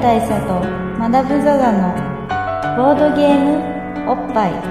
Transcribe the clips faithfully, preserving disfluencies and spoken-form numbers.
大佐とマダム・ザ・ザのボードゲームおっぱい。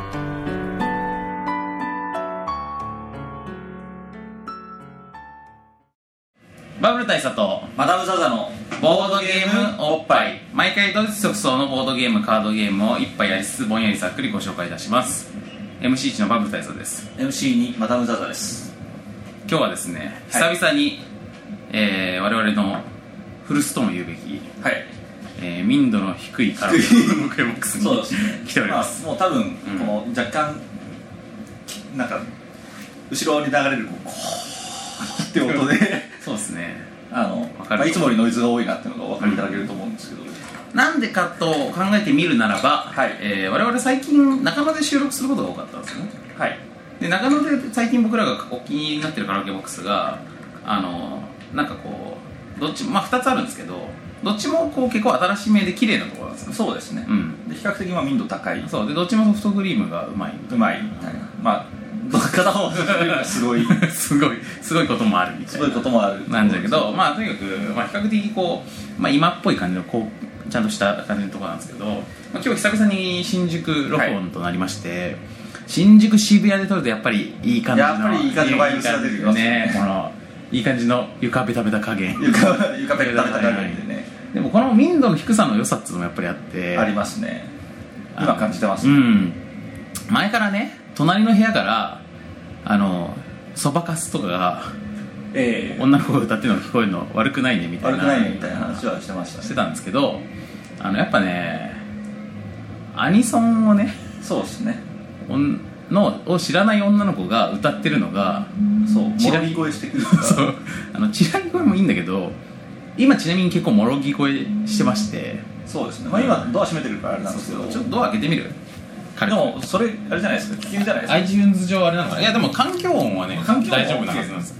バブル大佐とマダム・ザ・ザのボードゲームおっぱい。毎回同日即走のボードゲームカードゲームを一杯やりつつぼんやりさっくりご紹介いたします。 エムシーいち のバブル大佐です。 エムシーに マダム・ザ・ザです。 今日はですね、 はい久々に、えー、我々の古巣とも言うべき、 はい、 えー、民度の低いカラオケボックスにそうですね来ております。 まあ、もう多分、 うんこの若干なんか後ろに流れるこうコーって音でそうですね、 あのわかるまあ、いつもよりノイズが多いなっていうのがお分かりいただけると思うんですけど、 なんでかと考えてみるならば、 はいえー我々最近中野で収録することが多かったんですよね。 はいで中野で最近僕らがお気に入りになってるカラオケボックスがあのなんかこうどっちもまあふたつあるんですけど、どっちもこう結構新しめで綺麗なところなんですよ。 そうですね、 うんで比較的まあ民度高い、 そうでどっちもソフトクリームがうまい。 うまいみたいな、まあ片方がすごいすごいすごいこともあるみたいなすごいこともあるなんだけど、まあとにかく、まあ、比較的こう、まあ、今っぽい感じのこうちゃんとした感じのところなんですけど、まあ、今日久々に新宿録音となりまして、はい、新宿渋谷で撮るとやっぱりいい感じのやっぱりいい感じのバイブスが出てきますね。このいい感じの床ベタベタ加減床床ベタベタ加減でね。 でもこの民度の低さの良さっていうのもやっぱりあってありますね。今感じてます、 ね、うん前からね隣の部屋からあのそばかすとかが、 えー、 女の子が歌ってるのが聞こえるの悪くないねみたいな悪くないねみたいな話はしてましたね。 してたんですけど、あのやっぱねアニソンをねそうですねのを知らない女の子が歌ってるのがそうちらもろぎ声してくるからそうあのちらぎ声もいいんだけど、今ちなみに結構もろぎ声してまして、 そうですね、まあ、今ドア閉めてるからあれなんですけど、 そうそうちょっとドア開けてみる。 でもそれあれじゃないですか、危険じゃないですか。 iTunes 上あれなのかな。いやでも環境音はね環境音は大丈夫なはずなんですよ。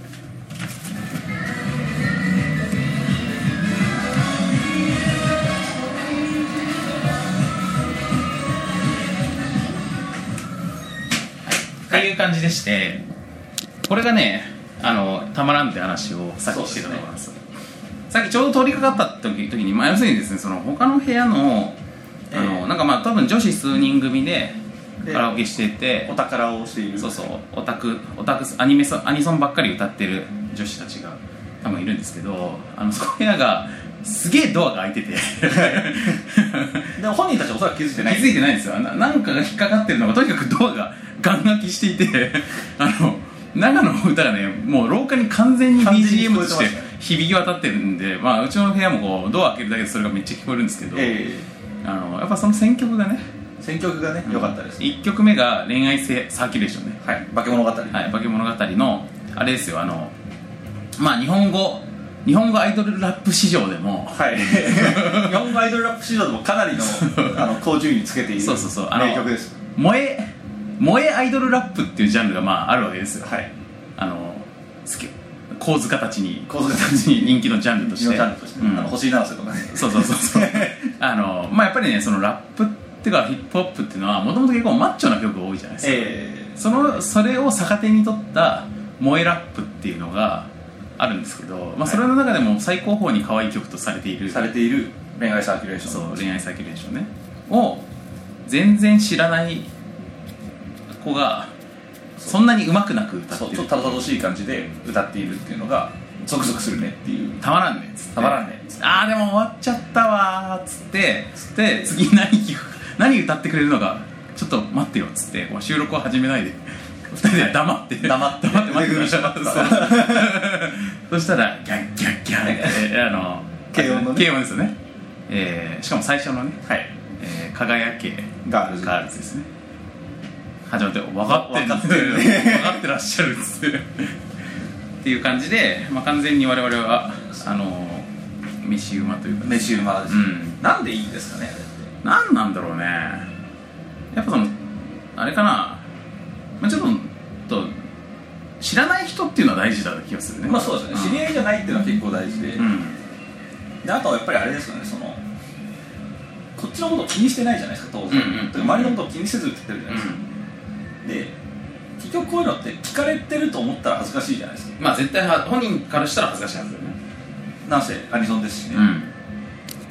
という感じでして、これがねあのたまらんって話をさっきしてたと思います。さっきちょうど通りかかった時時に、まあ、要するにですね、その他の部屋のあの、えー、なんかまあ多分女子数人組でカラオケしててお宝をしている、 そうそうオタクオタクアニメソアニソンばっかり歌ってる女子たちが多分いるんですけど、あのその部屋がすげえドアが開いててでも本人たちはおそらく気づいてない気づいてないんですよ。ななんかが引っかかってるのがとにかくドアがガン開きしていてあの長野の歌がねもう廊下に完全に ビージーエム として響き渡ってるんで、まあ、うちの部屋もこうドア開けるだけでそれがめっちゃ聞こえるんですけど、えー、あのやっぱその選曲がね選曲がね良かったです。 いっきょくめが恋愛性サーキュレーションね、 はい、化け物語、はい、 化け物語のあれですよ、あのまあ日本語日本語アイドルラップ市場でも、 はい、日本語アイドルラップ市場でもかなりのあの高順位につけているそうそうそうあの名曲です。 萌え萌えアイドルラップっていうジャンルがまああるわけですよ。 はい、 あの構図形に構図形に人気のジャンルとして、 ジャンルとして、うん、あの星七瀬とかねそうそうそうそうあのまあやっぱりねそのラップっていうかヒップホップっていうのはもともと結構マッチョな曲が多いじゃないですか、えー、そのそれを逆手に取った萌えラップっていうのがあるんですけど、まあ、それの中でも最高峰に可愛い曲とされているされている恋愛サーキュレーション、 そう恋愛サーキュレーションねを全然知らない子がそんなに上手くなく歌ってる、 そうちょっとたどたどしい感じで歌っているっていうのがゾクゾクするねっていう、 たまらんねっつってたまらんねあーでも終わっちゃったわーっつってつって次何曲何歌ってくれるのかちょっっと待ってよっつってもう収録を始めないでふたりで黙って黙って黙って待ってくださいそうそしたらギャッギャッギャッってあの軽音のね軽音ですよね、えー、しかも最初のね、 はいえー、輝けガールズガールズですね始まって分かってる分かってる分かってらっしゃるっつってっていう感じで、まあ、完全に我々はあの飯馬というか、ね、 飯馬です、 うん、 なんでいいんですかねあれって何なんだろうねやっぱそのあれかな、まあ、ちょっと知らない人っていうのは大事だ気がするね。 まあそうですね、うん、知り合いじゃないっていうのは結構大事で、 うん、 であとはやっぱりあれですよね、そのこっちのことを気にしてないじゃないですか当然、うんうん、周りのことを気にせずって言ってるじゃないですか、うん、で結局こういうのって聞かれてると思ったら恥ずかしいじゃないですか。 まあ絶対本人からしたら恥ずかしいはずだよね。 なんせアニソンですしね、 うん、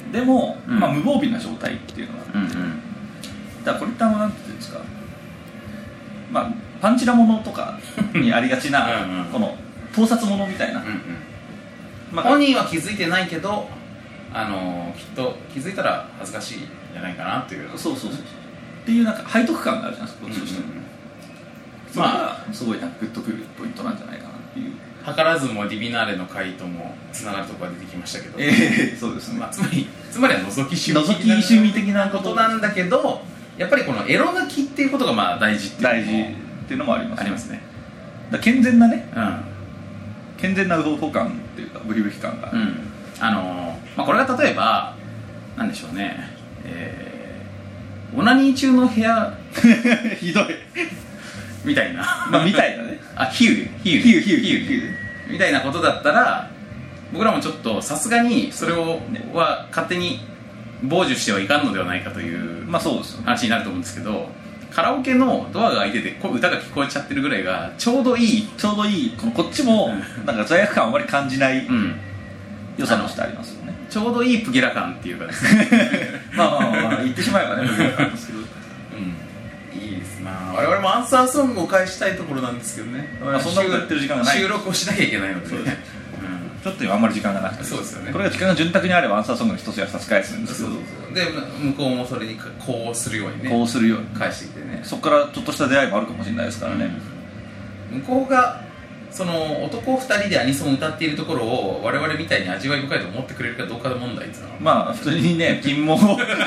でも、 うんまあ、無防備な状態っていうのがあって、 うんうん、 だからこれってあのなんていうんですか、まあ、パンチラものとかにありがちなうん、うん、 この盗撮ものみたいな、 うんうん、 まあ、 本人は気づいてないけど、あのー、きっと気づいたら恥ずかしいんじゃないかなっていう。 そうそうそうそうっていうなんか背徳感があるじゃないですか、こっちとしても、 うんうんうん、 それがすごいなんかグッとくるポイントなんじゃないかなっていう。 図らずもディビナーレの回ともつながるところが出てきましたけど、 ええー、そうですね、 まあ、つまりつまりは覗き趣味覗き趣味的なことなんだけど、やっぱりこのエロ抜きっていうことがまあ大事っていう大事っていうのもあります、ね、 ありますね。 だ健全なね、 うん、 健全なウホウホ感っていうかブリブリ感が、 うん、あのーまあ、これが例えばなんでしょうね、えー、オナニー中の部屋ひどいみたいなまあみたいなねあ、比喩比喩比喩比喩比喩みたいなことだったら、僕らもちょっとさすがにそれをは勝手に傍受してはいかんのではないかというまあそうですよね話になると思うんですけど、カラオケのドアが開いててこ歌が聞こえちゃってるぐらいがちょうどいい、 ちょうどいい、このこっちもなんか罪悪感をあまり感じないうん、 良さとしてありますよね。 ちょうどいいプゲラ感っていうかですねまあまあまあ、まあ、言ってしまえばねプゲラ感ですけど、 うん、いいですな。我々もアンサーソングを返したいところなんですけどね、 まあ、そんなことやってる時間がない収録をしなきゃいけないので、ね、 そうですちょっと今あんまり時間がなくて、 そうですよね、 これが時間が潤沢にあればアンサーソングの一つや二つ返すんですけど、 そうそうそう、で向こうもそれにこうするようにね、 こうするように返してきてね、 そこからちょっとした出会いもあるかもしれないですからね、 うん、向こうがその男ふたりでアニソンを歌っているところを我々みたいに味わい深いと思ってくれるかどうかの問題っていうのは、 まあ普通にね金毛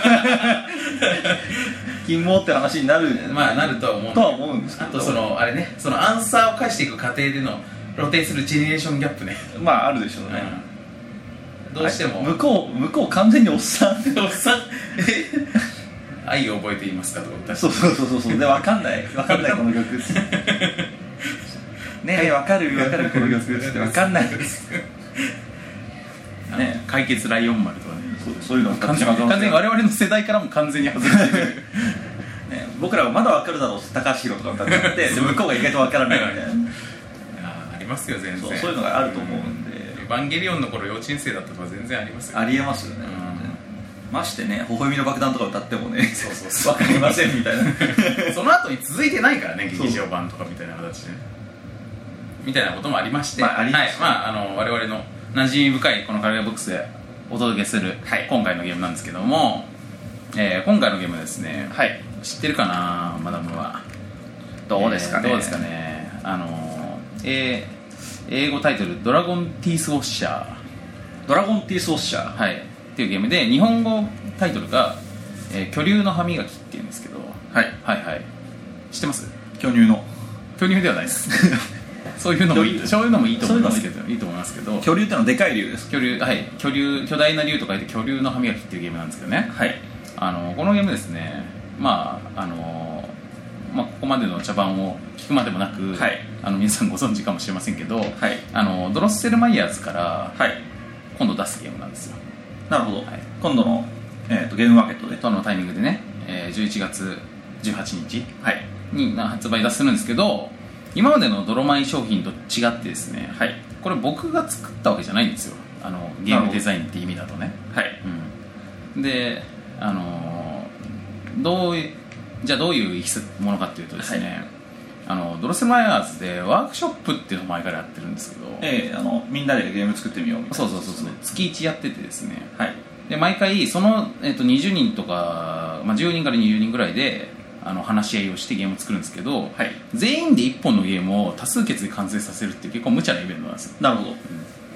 金毛って話になる、 まあなるとは思うとは思うんですけど、 あとそのあれね、そのアンサーを返していく過程での露呈するジェネレーションギャップね、 まああるでしょうね、 うん、どうしても、 向こう向こう完全におっさんおっさん愛を覚えていますかとか歌って、 そうそうそうそうで分かんない分かんないこの曲ねえ分かる分かるこの曲って分かんないね、 解決ライオン丸とかね、 そうそういうの完全完全に我々の世代からも完全に外れてるね、僕らがまだ分かるだろう高橋宏とか歌っててで向こうが意外と分からないみたいなあ, ありますよ全然、 そう、そういうのがあると思うんで、 エヴァンゲリオンの頃幼稚園生だったとか全然ありますよ、 ありえますよね、うん、ましてね微笑みの爆弾とか歌ってもねそうそうそう分かりませんみたいなその後に続いてないからね劇場版とかみたいな形で、ね、みたいなこともありまして、 まあありますね、 はい、まあ、あの我々の馴染み深いこのカレーボックスでお届けする、はい、今回のゲームなんですけども、えー、今回のゲームですね、はい、知ってるかなマダムは。 どうですかね、 えー、どうですかね、あのーえー、英語タイトルドラゴンティースウォッシャー、 ドラゴンティースウォッシャー、 はい、っていうゲームで日本語タイトルが、えー、巨竜の歯磨きっていうんですけど、はい、はいはい知ってます？ 巨乳の巨乳ではないですそういうのもいい、そういうのもいいと思いますけど、いいと思いますけど、 巨竜ってのはでかい竜です。 巨竜、はい、巨竜、巨大な竜と書いて巨竜の歯磨きっていうゲームなんですけどね、はい、あのこのゲームですね、まああのまあ、ここまでの茶番を聞くまでもなく、はい、あの皆さんご存知かもしれませんけど、はい、あのドロッセルマイヤーズから、はい、今度出すゲームなんですよ。 なるほど、はい、今度の、えー、とゲームマーケットでとのタイミングでね、えー、じゅういちがつじゅうはちにち、はい、に発売出するんですけど、今までのドロマイ商品と違ってですね、はい、これ僕が作ったわけじゃないんですよ、あのゲームデザインって意味だとね、はい、うん、で、あのー、どうじゃあどういうものかっていうとですね、はい、あのドロッセルマイヤーズでワークショップっていうのを前からやってるんですけど、 えー、あのみんなでゲーム作ってみようみたいな、 そうそうそうそう、月いちやっててですね、はい、で毎回その、えー、とにじゅうにんとか、まあ、じゅうにんからにじゅうにんぐらいであの話し合いをしてゲームを作るんですけど、はい、全員でいっぽんのゲームを多数決で完成させるっていう結構無茶なイベントなんですよ。 なるほど、うん、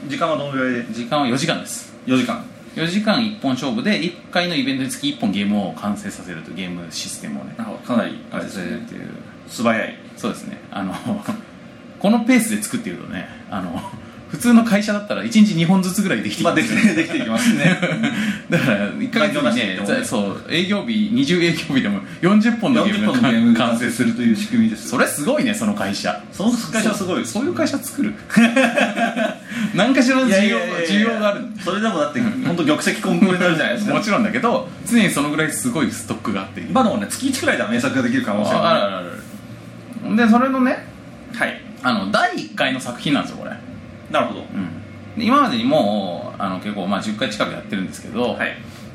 時間はどのぐらいで？時間はよじかんです。 よじかんよじかんいっぽん勝負でいっかいのイベントにつきいっぽんゲームを完成させるというゲームシステムをね、 かなり完成させるっていう素早い。 そうですね、あのこのペースで作っているとね、あの普通の会社だったらいちにちにほんずつぐらいできていきます、 まあ、できていきますねだからいっかげつにね、そう営業日にじゅう営業日でもよんじゅっぽんのゲームが完成するという仕組みです。それすごいね、その会社。 その会社はすごい。 そういう会社作る何かしらの需要需要がある。 それでもだって本当玉石混合になるじゃないですかもちろんだけど、常にそのぐらいすごいストックがあって、 まあでもね、月いちくらいでは名作ができる可能性がある。あるあるある。でそれのね、 はい、 あのだいいっかいの作品なんですよこれ。 なるほど、 うん、今までにもうあの結構、まあ、じゅっかい近くやってるんですけど、はい、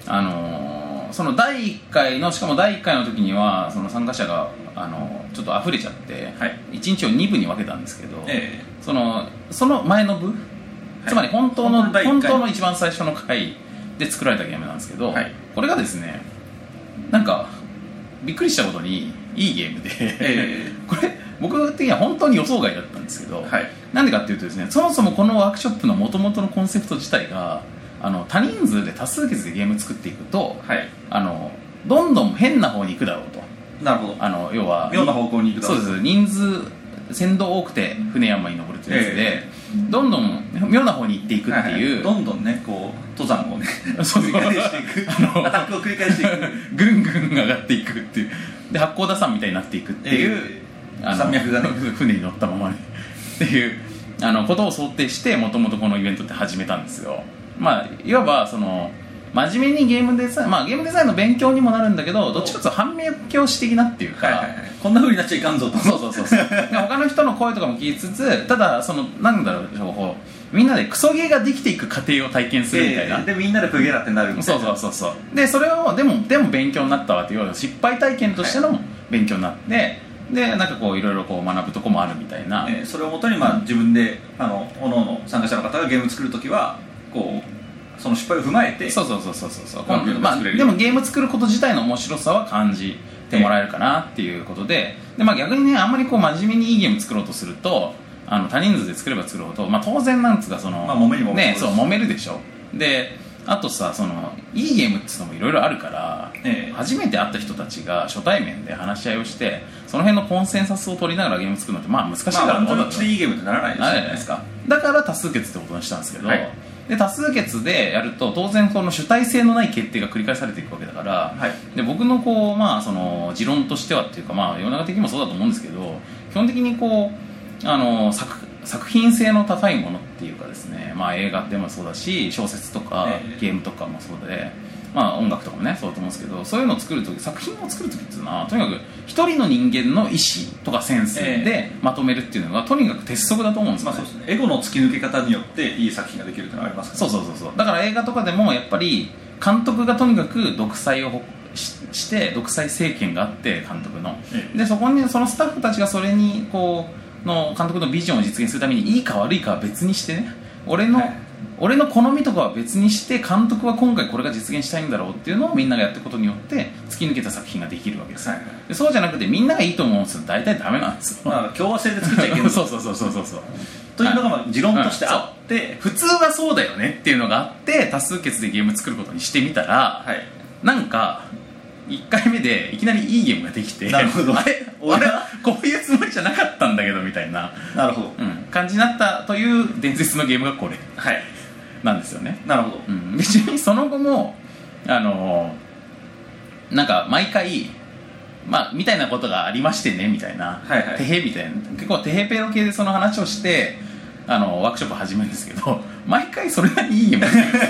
あのー、そのだいいっかいのしかもだいいっかいの時にはその参加者が、あのー、ちょっと溢れちゃって、はい、いちにちをに部に分けたんですけど、えー、そのその前の部、はい、つまり本当の本当の一番最初の回で作られたゲームなんですけど、はい、これがですねなんかびっくりしたことにいいゲームで、えー、これ僕的には本当に予想外だったんですけど、はい、なんでかっていうとですねそもそもこのワークショップの元々のコンセプト自体があの多人数で多数決でゲーム作っていくと、はい、あのどんどん変な方に行くだろうと。 なるほど。 あの要は妙な方向に行くだろう。 そうです。人数船頭多くて船山に登るというやつで、えー、どんどん妙な方に行っていくっていう、はいはい、 どんどんねこう登山をね繰り返していくあのアタックを繰り返していくぐんぐん上がっていくっていうで八甲田山みたいになっていくっていう、 えー、あの山脈がね船に乗ったままにっていうあのことを想定してもともとこのイベントって始めたんですよ。まあいわばその真面目にゲームデザイン、まあ、ゲームデザインの勉強にもなるんだけどどっちかというと反面教師的なっていうか、はいはいはい、 こんな風になっちゃいかんぞとそうそうそうそう他の人の声とかも聞きつつただそのなんだろうこうみんなでクソゲーができていく過程を体験するみたいな、えー、でみんなでプゲラってなるみたいなそうそうそうそうでそれをでもでも勉強になったわっていう失敗体験としての勉強になって、はい、でなんかこういろいろこう学ぶとこもあるみたいな、 えー、それをもとにまあ自分であの各々参加者の方がゲーム作るときはこうその失敗を踏まえてそうそうそうそうそうそう、まあ、でもゲーム作ること自体の面白さは感じてもらえるかなっていうことで、で、まあ、逆にねあんまりこう真面目にいいゲーム作ろうとするとあの多人数で作れば作るほど、まあ、当然なんつうかその、 まあ、揉めに揉めね、そう揉めるでしょ。であとさそのいいゲームっていうのもいろいろあるから、ええ、初めて会った人たちが初対面で話し合いをしてその辺のコンセンサスを取りながらゲーム作るのってまあ難しいから、 まあ、本当にいいゲームってならないですよね。ならないですか。 だから多数決ってことにしたんですけど、はい、で多数決でやると当然その主体性のない決定が繰り返されていくわけだから、はい、で僕のこう、まあ、その持論としてはっていうか、まあ、世の中的にもそうだと思うんですけど基本的にこうあの 作, 作品性の高いものっていうかですね、まあ、映画でもそうだし小説とか、えー、ゲームとかもそうで、まあ、音楽とかもねそうだと思うんですけどそういうのを作るとき作品を作るときっていうのはとにかく一人の人間の意思とかセンスでまとめるっていうのがとにかく鉄則だと思うんですよね、 まあ、そうですね。エゴの突き抜け方によっていい作品ができるっていうのがありますから、ね、 そうそうそうそう。だから映画とかでもやっぱり監督がとにかく独裁をし, して独裁政権があって監督の、ええ、でそこにそのスタッフたちがそれにこうの監督のビジョンを実現するためにいいか悪いかは別にしてね俺の、はい、俺の好みとかは別にして監督は今回これが実現したいんだろうっていうのをみんながやっていくことによって突き抜けた作品ができるわけです、はいはい、でそうじゃなくてみんながいいと思うんですよ大体ダメなんですよ、 まあ、共和制で作っちゃいけないそうそうそうそうそうそうというのがまあ持論としてあって、 うん、普通はそうだよねっていうのがあって多数決でゲーム作ることにしてみたら、はい、なんかいっかいめでいきなりいいゲームができてなるほどあれ俺はこういうつもりじゃなかったんだけどみたいななるほど、 うん、感じになったという伝説のゲームがこれ、 はい、 なんですよね。 なるほど、 うん、別にその後もあのー、なんか毎回まあみたいなことがありましてねみたいな、はいはい、てへみたいな結構てへペロ系でその話をしてあのワークショップ始めるんですけど毎回それなりにいいゲーム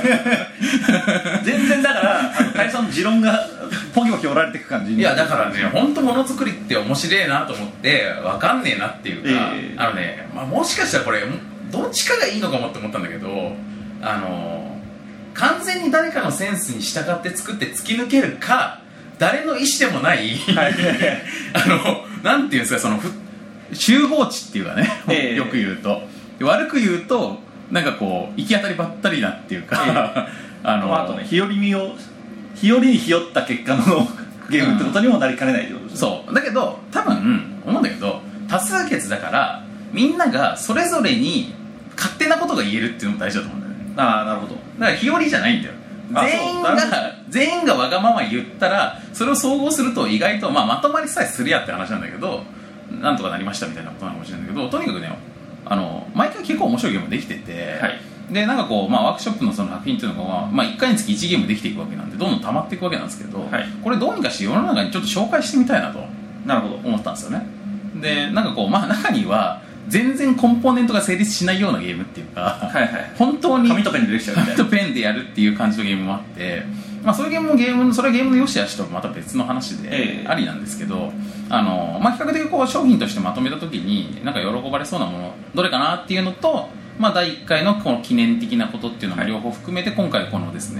全然だからあの大佐の持論がポキポキ折られていく感じに。 いやだからね本当ものづくりって面白いなと思って分かんねえなっていうか、えー、あのね、まあ、もしかしたらこれどっちかがいいのかもって思ったんだけどあの完全に誰かのセンスに従って作って突き抜けるか誰の意思でもないあのなんていうんですかその集合値っていうかね、えー、よく言うと悪く言うとなんかこう行き当たりばったりなっていうか、えー、あのあとね日和見を日和に日和った結果のゲームってことにもなりかねないってことですね、 うん、そうだけど多分思うんだけど多数決だからみんながそれぞれに勝手なことが言えるっていうのも大事だと思うんだよね。 ああなるほど。 だから日和じゃないんだよ。全員が全員がわがまま言ったらそれを総合すると意外と、まあ、まとまりさえするやって話なんだけどなんとかなりましたみたいなことなのかもしれないんだけどとにかくねあの毎回結構面白いゲームできてて、はい、でなんかこう、まあ、ワークショップのその作品っていうのが、まあ、いっかいにつきいちゲームできていくわけなんでどんどん溜まっていくわけなんですけど、はい、これどうにかして世の中にちょっと紹介してみたいなとなるほど思ったんですよね。でなんかこう、まあ、中には全然コンポーネントが成立しないようなゲームっていうか、はいはい、本当に紙とペンでできちゃうみたいな紙とペンでやるっていう感じのゲームもあって、まあ、そういうゲームもゲームそれはゲームの良し悪しとまた別の話でありなんですけど、あの、まあ、比較的こう商品としてまとめた時になんか喜ばれそうなものどれかなっていうのと、まあ、だいいっかいのこの記念的なことっていうのも両方含めて今回このですね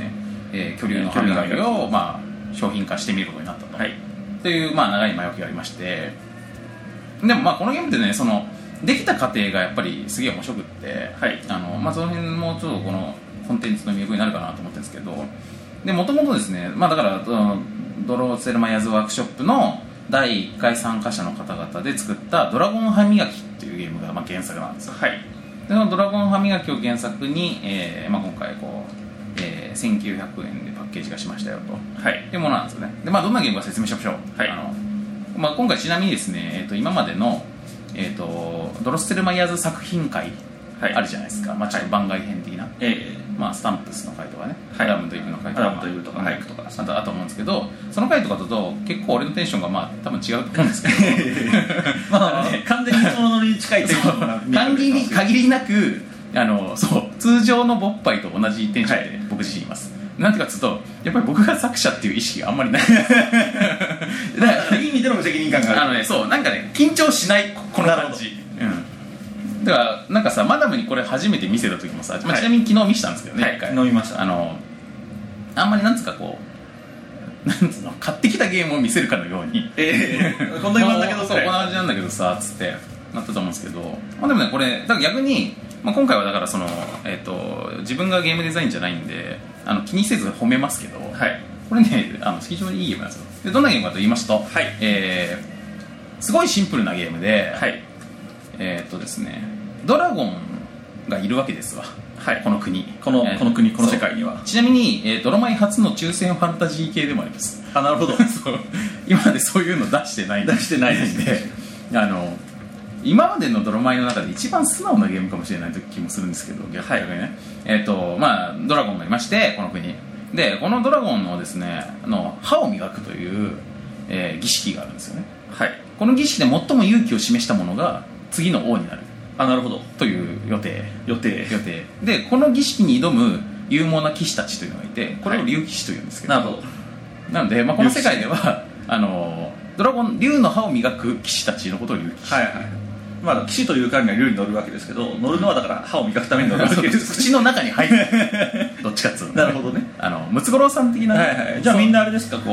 えー、巨竜の歯磨きを、まあ、商品化してみることになったと、はい、という、まあ、長い前置きがありまして、でもまあこのゲームってね、そのできた過程がやっぱりすげえ面白くって、はい、あのまあ、その辺もちょっとこのコンテンツの魅力になるかなと思ってるんですけど、でもともとですね、まあ、だからドローセルマイヤーズワークショップのだいいっかい参加者の方々で作ったドラゴン歯磨きっていうゲームがまあ原作なんですよ。はい、でそのドラゴン歯磨きを原作に、えーまあ、今回こう、えー、せんきゅうひゃくえんでパッケージ化しましたよと、はい、っていうものなんですよね。で、まあ、どんなゲームか説明しましょう。はい、あのまあ、今回ちなみにですね、えー、と今までの、えー、とドロッセルマイヤーズ作品会あるじゃないですか、はい、まあ、ちょっと番外編的な、はい、まあ、スタンプスの回とかね、はい、アダムとイブの回とか、アダムとイブとかハイクとかあとあと思うんですけど、その回とかだと結構俺のテンションがまあ多分違うと思うんですけどまあ、ね、完全にそのに近いテンションが限り限りなくあのそう通常のボッパイと同じテンションで僕自身います、はい、なんていうかというとやっぱり僕が作者っていう意識があんまりないだからいい意味での責任感がある。 あのね、そうなんかね緊張しないこの感じ、うん、だからなんかさマダムにこれ初めて見せた時もさ、まあ、ちなみに昨日見せたんですけどね、はい、いっかい飲みました。あのあんまりなんつうかこうなんつうの買ってきたゲームを見せるかのように、えー、こんな感じなんだけどそうこんな感じなんだけどさつってなったと思うんですけど、まあ、でもねこれだから逆に、まあ、今回はだからその、えー、と自分がゲームデザインじゃないんであの気にせず褒めますけど、はい、これねあの非常にいいゲームなんですよ。でどんなゲームかと言いますと、はい、えー、すごいシンプルなゲームで、はい、えー、っとですねドラゴンがいるわけですわ、はい、この国この、えー、この国この世界には。 ちなみに、えー、ドラマイ初の抽選ファンタジー系でもあります。 あ、なるほどそう今までそういうの出してない出してないですねあの今までのドラマイの中で一番素直なゲームかもしれない気もするんですけど逆にね、はい、えーとまあ、ドラゴンがいましてこの国でこのドラゴンのですねの歯を磨くという、えー、儀式があるんですよね、はい、この儀式で最も勇気を示した者が次の王になる。 あ、なるほどという予定予定予定でこの儀式に挑む勇猛な騎士たちというのがいてこれを竜騎士というんですけど、はい、なるほど。なので、まあ、この世界ではあのドラゴン竜の歯を磨く騎士たちのことを竜騎士、はいはい、 まあ、騎士というからには竜に乗るわけですけど乗るのはだから歯を磨くために乗るわけです口の中に入るどっちかっつうの、ね、 なるほどね。 あのムツゴロウさん的な、はいはい、 じゃあみんなあれですかこう、うん、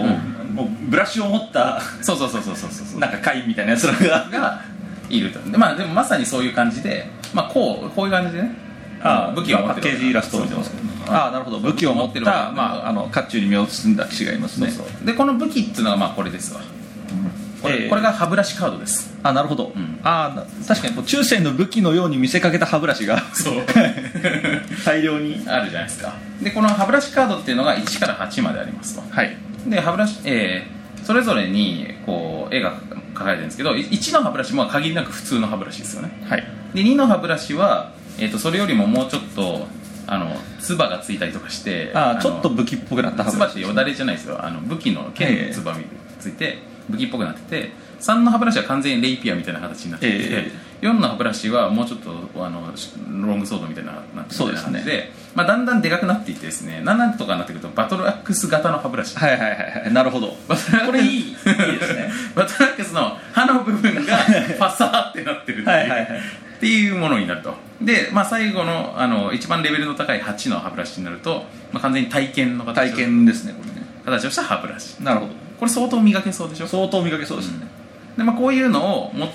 もうブラシを持ったそうそうそうそうそうそうなんか貝みたいなやつらががいると。で、まあ、でもまさにそういう感じで、まあ、こうこういう感じでねあ武器を持ってるパッケージイラストを見てますけど、ああなるほど武器を持ってるまあ、あの甲冑に身を包んだ騎士がいますね。 そうそうでこの武器っていうのがまあこれですわ、これ、えー、これが歯ブラシカードです。 あ、なるほど、うん、あ確かにこう中世の武器のように見せかけた歯ブラシがそう大量にあるじゃないですか。でこの歯ブラシカードっていうのがいちからはちまでありますと、はい、で歯ブラシ、えー、それぞれにこう絵が描かれてるんですけどいちの歯ブラシも限りなく普通の歯ブラシですよね、はい、でにの歯ブラシは、えー、とそれよりももうちょっとあの唾がついたりとかしてああちょっと武器っぽくなった歯ブラシ、 唾ってよだれじゃないですよ。あの武器の剣の唾がついて武器っぽくなっててさんの歯ブラシは完全にレイピアみたいな形になっていて、えー、よんの歯ブラシはもうちょっとあのロングソードみたいななってそうですねで、まあ、だんだんでかくなっていってですねななとかになってくるとバトルアックス型の歯ブラシはいはいはいはいなるほどこれいいいいですねバトルアックスの歯の部分がパサーってなってるっていうはいはい、はい、っていうものになると。で、まあ、最後 の, あの一番レベルの高いはちの歯ブラシになると、まあ、完全に体験の形体験ですねこれね形をした歯ブラシ。 なるほど。 これ相当磨けそうでしょ。 相当磨けそうですね、 うんでまあ、こういうのを持って、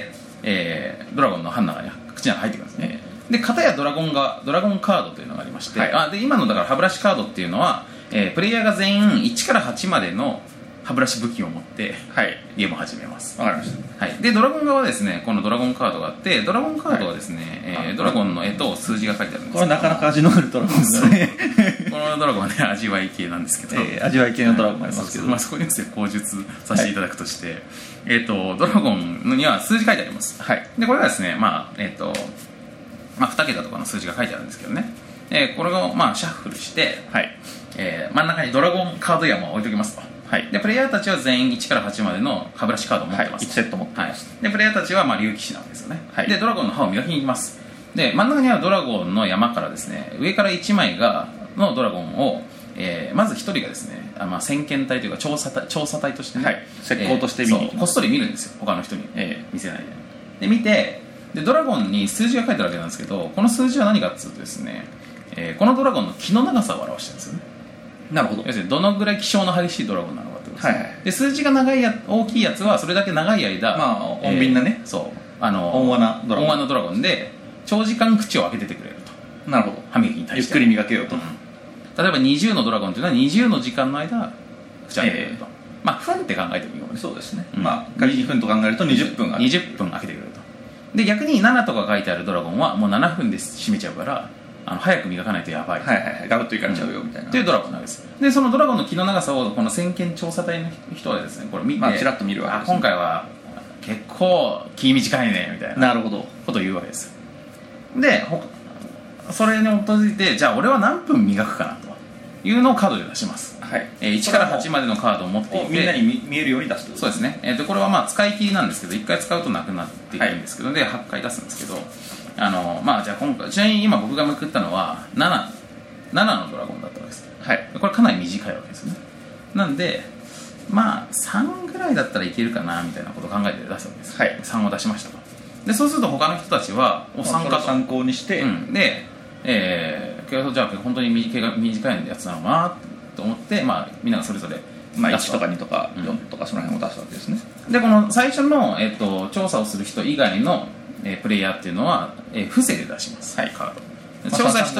えー、ドラゴンの歯の中に口の中に入ってくるんですね、えー、で片やドラゴンがドラゴンカードというのがありまして、はい、あで今のだから歯ブラシカードっていうのは、えー、プレイヤーが全員いちからはちまでの歯ブラシ武器を持って、はい、ゲームを始めます。 わかりました、 はい、でドラゴン側はですねこのドラゴンカードがあってドラゴンカードはですね、はいえー、ドラゴンの絵と数字が書いてあるんですけどこれなかなか味のあるドラゴンですねこのドラゴンはね味わい系なんですけど、 えー、味わい系のドラゴンもありますけど、 まあ、そこについて口述させていただくとして、はいえー、とドラゴンには数字書いてあります、はい、でこれがですね、まあえーとまあ、に桁とかの数字が書いてあるんですけどね、えー、これをまあシャッフルして、はいえー、真ん中にドラゴンカード山を置いておきますと。はい、でプレイヤーたちは全員いちからはちまでの歯ブラシカードを持ってます、 はい、いちセット持ってます、 はい、でプレイヤーたちはまあ竜騎士なんですよね、はい、でドラゴンの歯を磨きに行きます。で真ん中にあるドラゴンの山からですね上からいちまいがのドラゴンを、えー、まずひとりがですねあ、まあ、先見隊というか調査隊、調査隊としてね、はい、 石膏として見に行きます、 えー、こっそり見るんですよ他の人に、えー、見せないでで見てでドラゴンに数字が書いてあるわけなんですけどこの数字は何かっていうとですね、えー、このドラゴンの気の長さを表してるんですよね。 なるほど。 要するにどのぐらい気性の激しいドラゴンなのかってことですね、 はいはい、 で数字が長いや大きいやつはそれだけ長い間、 まあ穏便なね、 えー、そうあの温和なドラゴン温和なドラゴンで長時間口を開けててくれると。 なるほど。 歯磨きに対してゆっくり磨けようと、 うん、例えばにじゅうのドラゴンというのはにじゅうの時間の間口を開けてくれると、えー、まあ分って考えてもいいかもね。 そうですね、 うん、 まあ仮に分と考えるとにじゅっぷんがにじゅっぷん開けてくれると。で逆にななとか書いてあるドラゴンはもうななふんで閉めちゃうからあの早く磨かないとやばい、 はいはいはい、ガブッといかれちゃうよみたいな、 うん、というドラゴンなんです。でそのドラゴンの気の長さをこの先見調査隊の人はですねこれ見て、 まあ、ちらっと見るわけです、ね、 あ今回は結構気短いねみたいななるほどことを言うわけです。でそれに基づいてじゃあ俺は何分磨くかなというのをカードで出します、 はいえー、いちからはちまでのカードを持っていてみんなに見えるように出すと。 そうですね、えー、とこれはまあ使い切りなんですけどいっかい使うとなくなっていくんですけど、はい、ではちかい出すんですけどあのまあじゃあ今回ちなみに今僕がめくったのはなな、ななのドラゴンだったわけです、はい、これかなり短いわけですね。なんでまあさんぐらいだったらいけるかなみたいなことを考えて出すわけです、はい、さんを出しましたと。でそうすると他の人たちはおさんかと参考にして、 うん、で、えー、じゃあ本当に短いやつなのかなと思って、まあ、みんながそれぞれまあ、いちとかにとかよんとかその辺を出すわけですね、 うん、でこの最初の、えっと、調査をする人以外の、えー、プレイヤーっていうのは、えー、伏せで出します、はい、カード調査した、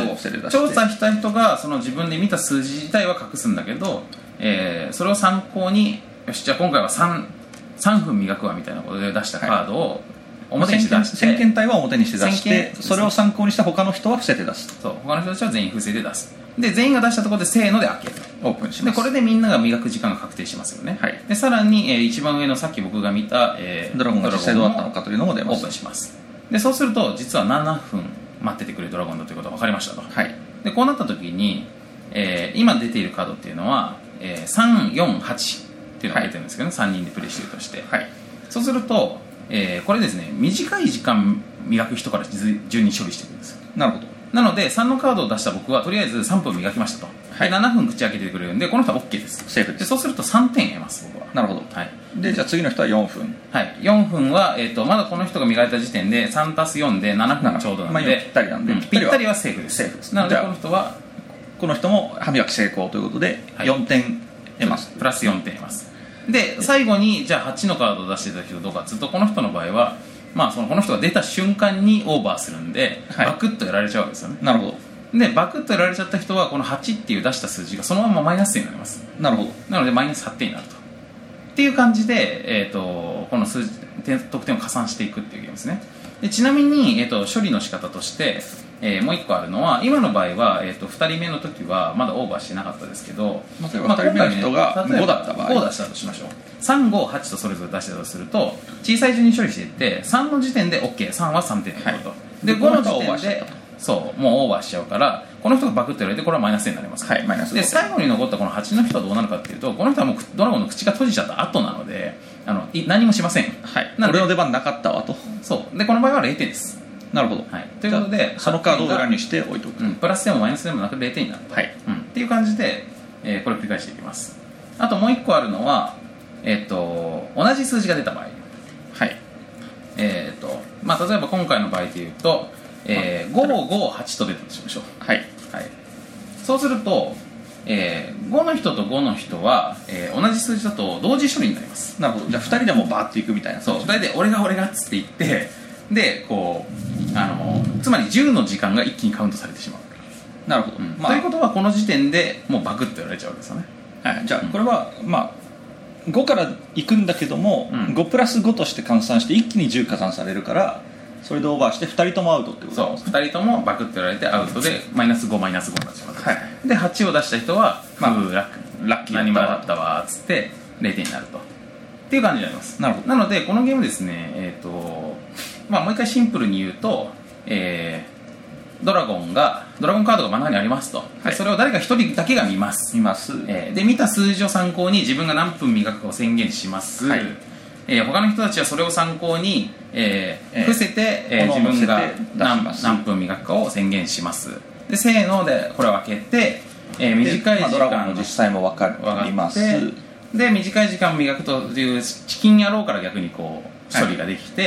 調査した人がその自分で見た数字自体は隠すんだけど、えー、それを参考によしじゃあ今回は 3, さんふん磨くわみたいなことで出したカードを表にして出して、 先見体は表にして出してそれを参考にした他の人は伏せて出す。 そう他の人たちは全員伏せで出す。で全員が出したところでせーので開けるオープンします。 でこれでみんなが磨く時間が確定しますよね、はい、でさらに、えー、一番上のさっき僕が見た、えー、 ドラゴンが実際どうだったのかというのも出ます。 オープンします。でそうすると実はななふん待っててくれるドラゴンだということが分かりましたと、はい、でこうなった時に、えー、今出ているカードっていうのは、えー、さん、よん、はちっていうのが出てるんですけど、ね、はい、さんにんでプレイしているとして、はい、そうすると、えー、これですね短い時間磨く人から順に処理していくんですよ。 なるほど。 なのでさんのカードを出した僕はとりあえずさんぷん磨きましたと、はい、でななふん口開けてくれるんでこの人は OK です。 セーフです。 でそうするとさんてん得ます僕は。 なるほど、はい、でじゃあ次の人はよんふん。 はい、よんふんは、えー、とまだこの人が磨いた時点で さんたすよん でななふんちょうどなんで、まあ、ぴったりなんで、 うん、ぴったりはセーフです。 セーフです。 なのでこの人はこの人も歯磨き成功ということでよんてん得ます、 プラスよんてん得ます。で最後にじゃあはちのカードを出してた人どうかっていうとこの人の場合は、まあ、そのこの人が出た瞬間にオーバーするんで、はい、バクッとやられちゃうわけですよね。 なるほど。 でバクッとやられちゃった人はこのはちっていう出した数字がそのままマイナス点になります。 なるほど。 なのでマイナスはってんになるとっていう感じで、えー、とこの数字得点を加算していくっていうゲームですね。でちなみに、えー、と処理の仕方として、えー、もういっこあるのは今の場合は、えー、とふたりめの時はまだオーバーしてなかったですけど、 まあ、ふたりめの人がごだった場合ご出したとしましょう。さん、ご、はちとそれぞれ出したとすると小さい順に処理していってさんの時点で OK、さんはさんてんになると、はい、でごの時点でそうもうオーバーしちゃうからこの人がバクッとやられてこれはマイナスになります、 はい、マイナスで最後に残ったこのはちの人はどうなるかっていうとこの人はもうドラゴンの口が閉じちゃった後なのであの何もしません、 はい、俺の出番なかったわと。 そうでこの場合はれいてんです。 なるほど、 はい、ということでそのカードを裏にして置いておく、 うん、プラスでもマイナスでもなくれいてんになると、はいうん、っていう感じで、えー、これ繰り返していきます。あともういっこあるのは、えー、と同じ数字が出た場合、はいえーとまあ、例えば今回の場合でいうと、えー、ご、ご、はちと出たとしましょう、はいはい、そうすると、えー、ごの人とごの人は、えー、同じ数字だと同時処理になります。 なるほど。じゃあふたりでもバーっていくみたいな。 そうふたりで俺が俺がっつって言ってでこうあのつまりじゅうの時間が一気にカウントされてしまう。 なるほど、 うんまあ、ということはこの時点でもうバクッとやられちゃうわけですよね、 はい、じゃあこれは、うん、まあごからいくんだけども、うん、ごプラスごとして換算して一気にじゅう加算されるからそれでオーバーしてふたりともアウトってことそうふたりともバクッとやられてアウトでマイナスごマイナスごになってしまう、はい、ではちを出した人は、まあ、ラックラッキー何もなかったわっつってれいてんになるとっていう感じになります。なるほど。なのでこのゲームですね、えーとまあ、もう一回シンプルに言うと、えー、ドラゴンがドラゴンカードが真ん中にありますと、はい、それを誰か一人だけが見ます見ます、 えー、で見た数字を参考に自分が何分磨くかを宣言します、はいえー、他の人たちはそれを参考に、えーえー、伏せて、えー、自分が 何, 何分磨くかを宣言します。でせーのでこれを開けて、えー、短い時間、まあ、 ドラゴンの実際も分かりますで短い時間磨くというチキン野郎から逆にこう処理ができて、はい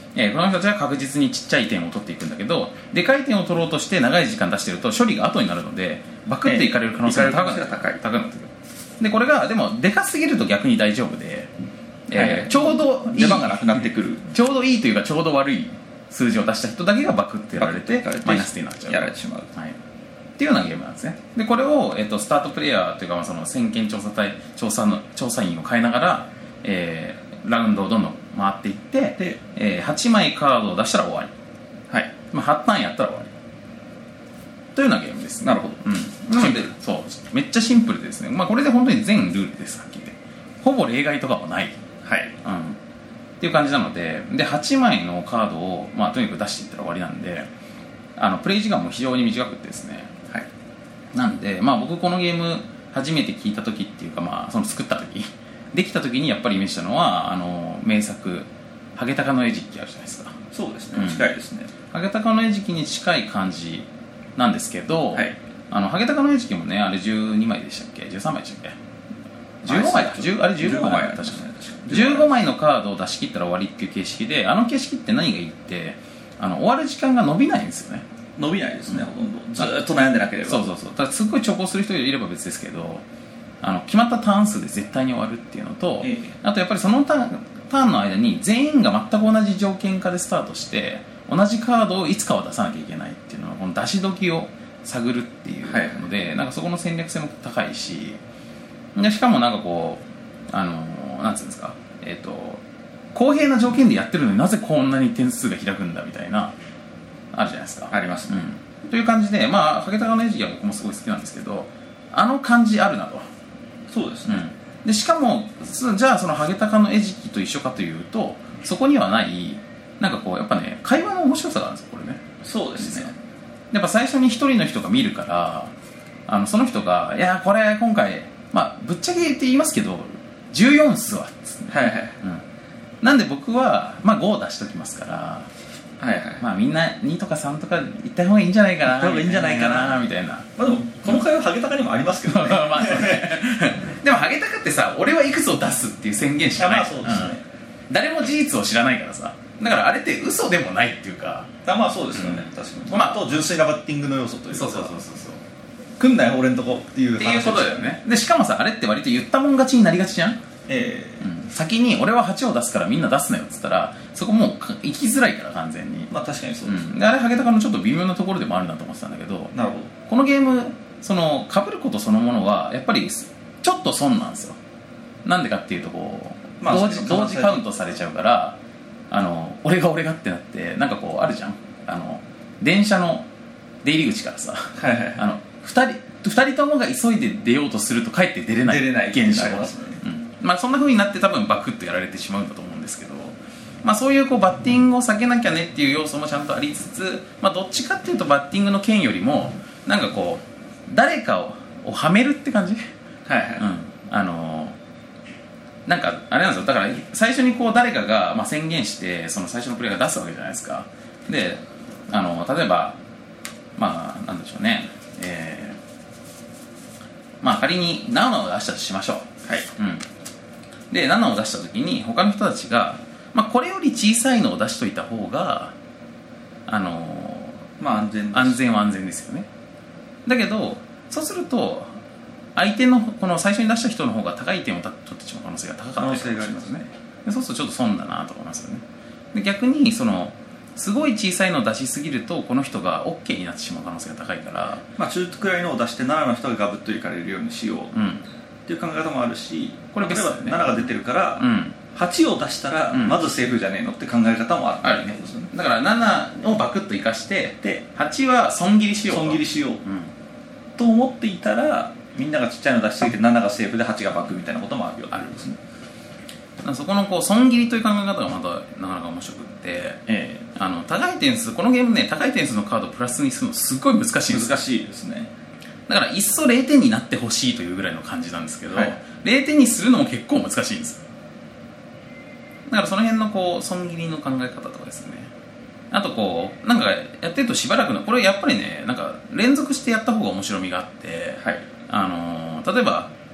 えーこの人たちは確実にちっちゃい点を取っていくんだけど、でかい点を取ろうとして長い時間出してると処理が後になるのでバクっていかれる可能性が高くなって高い高くなってくる。でこれがでもでかすぎると逆に大丈夫で、えーはいはいちょうどいい出番がなくなってくるちょうどいいというかちょうど悪い数字を出した人だけがバクってやられてバクってやられてマイナス点になっちゃうやられてしまう。 はい、っていうようなゲームなんですね。でこれを、えっと、スタートプレイヤーというか、まあ、その先見調査隊調査の調査員を変えながら、えーラウンドをどんどん回っていってで、 えーはちまいカードを出したら終わり、 はい、 まあ、はちターンやったら終わりというようなゲームです、ね、 なるほど、 うん、なのでそうめっちゃシンプルでですね、まあ、これで本当に全ルールですはっきり言ってほぼ例外とかはない、 はい、 うん、っていう感じなので、ではちまいのカードを、まあ、とにかく出していったら終わりなんで、あのプレイ時間も非常に短くてですね、 はい、 なんで、まあ、僕このゲーム初めて聞いた時っていうか、まあ、その作った時できた時にやっぱりイメージしたのはあの名作「ハゲタカの餌食」あるじゃないですか。 そうですね、 うん近いですね。 ハゲタカの餌食に近い感じなんですけど、 はい、 あのハゲタカの餌食もね、あれじゅうにまいでしたっけじゅうさんまいでしたっけじゅうごまいだ、じゅうあれじゅうごまいだ、確かにじゅうごまいのカードを出し切ったら終わりっていう形式で、あの形式って何がいいってあの終わる時間が伸びないんですよね。 伸びないですね、ほとんどずーっと悩んでなければ。 そうそうそう、ただすっごい長考する人いれば別ですけど、あの決まったターン数で絶対に終わるっていうのと、 ええ、 あとやっぱりそのターン、ターンの間に全員が全く同じ条件下でスタートして同じカードをいつかは出さなきゃいけないっていうのはこの出し時を探るっていうので、はい、なんかそこの戦略性も高いし、でしかもなんかこうあのなんつうんですか、えっ、ー、と公平な条件でやってるのになぜこんなに点数が開くんだみたいなあるじゃないですか。 ありますね、 うん、という感じで、まあハゲタカの餌食は僕もすごい好きなんですけど、あの感じあるなと。 そうですね、 うん、でしかもじゃあそのハゲタカの餌食と一緒かというとそこにはないなんかこうやっぱね会話の面白さがあるんですよこれね。 そうですね、 やっぱ最初に一人の人が見るからあのその人がいやこれ今回まあぶっちゃけって言いますけどじゅうよんっすわっつって、 はいはい、 うん、なんで僕はまあごを出しときますからはいはい、 まあみんなにとかさんとか言った方がいいんじゃないかな、 言った方がいいんじゃないかなみたいな。 まあでもこの会話ハゲタカにもありますけどねまあそうねでもハゲタカってさ俺はいくつを出すっていう宣言しかない。 まあそうですね、 うん、誰も事実を知らないからさ、だからあれって嘘でもないっていうか、 あまあそうですよね、うん、確かに、まあ、あと純粋なバッティングの要素というか、 そうそうそうそうそう組んだよ俺んとこっていう話っていうことだよね。でしかもさあれって割と言ったもん勝ちになりがちじゃん。 ええーうん、先に俺ははちを出すからみんな出すなよっつったらそこもう行きづらいから完全に。 まあ確かにそうです、ね、 うん、であれハゲタカのちょっと微妙なところでもあるなと思ってたんだけど、 なるほど、 このゲームその被ることそのものはやっぱりちょっと損なんですよ。なんでかっていうとこう、まあ、同時同時カウントされちゃうからあの俺が俺がってなってなんかこうあるじゃん、あの電車の出入り口からさ、 はいはい、 あのふたりふたりともが急いで出ようとするとかえって出れない出れない現象、 ありますね、 うん、まあそんな風になって多分バクッとやられてしまうんだと思うんですけど、まあそういうこうバッティングを避けなきゃねっていう要素もちゃんとありつつ、まあどっちかっていうとバッティングの剣よりもなんかこう誰かををはめるって感じ。 はいはい、 うん、あのー、なんかあれなんですよ、だから最初にこう誰かが、まあ、宣言してその最初のプレイが出すわけじゃないですか。であの例えばまあなんでしょうね、えー、まあ仮にななを出したとしましょう。はい、うん、でななを出した時に他の人たちが、まあ、これより小さいのを出しといた方があのー、 まあ安全安全は安全ですよね。だけどそうすると相手のこの最初に出した人の方が高い点を取ってしまう可能性が高かったり可能性がありますね。 でそうするとちょっと損だなと思いますよね。で逆にそのすごい小さいのを出しすぎるとこの人が OK になってしまう可能性が高いから、 まあ、中くらいのを出してななの人がガブッといかれるようにしようっていう考え方もあるし、 これ例えばななが出てるから、 うん、 はちを出したらまずセーフじゃねえのって考え方もある、 あるね。だからななをバクッと生かしてではちは損切りしようと損切りしよう、 うん、 と思っていたらみんながちっちゃいの出しすぎてなながセーフではちがバクみたいなこともあるよあるんですね。そこのこう損切りという考え方がまたなかなか面白くって、ええ、あの高い点数このゲームね高い点数のカードをプラスにするのすっごい難しいんですよ。 難しいですね。 だからいっそれいてんになってほしいというぐらいの感じなんですけど、 はい、 れいてんにするのも結構難しいんですよ。だからその辺のこう損切りの考え方とかですね、あとこうなんかやってるとしばらくのこれやっぱりねなんか連続してやった方が面白みがあって、はい、あのー、例えば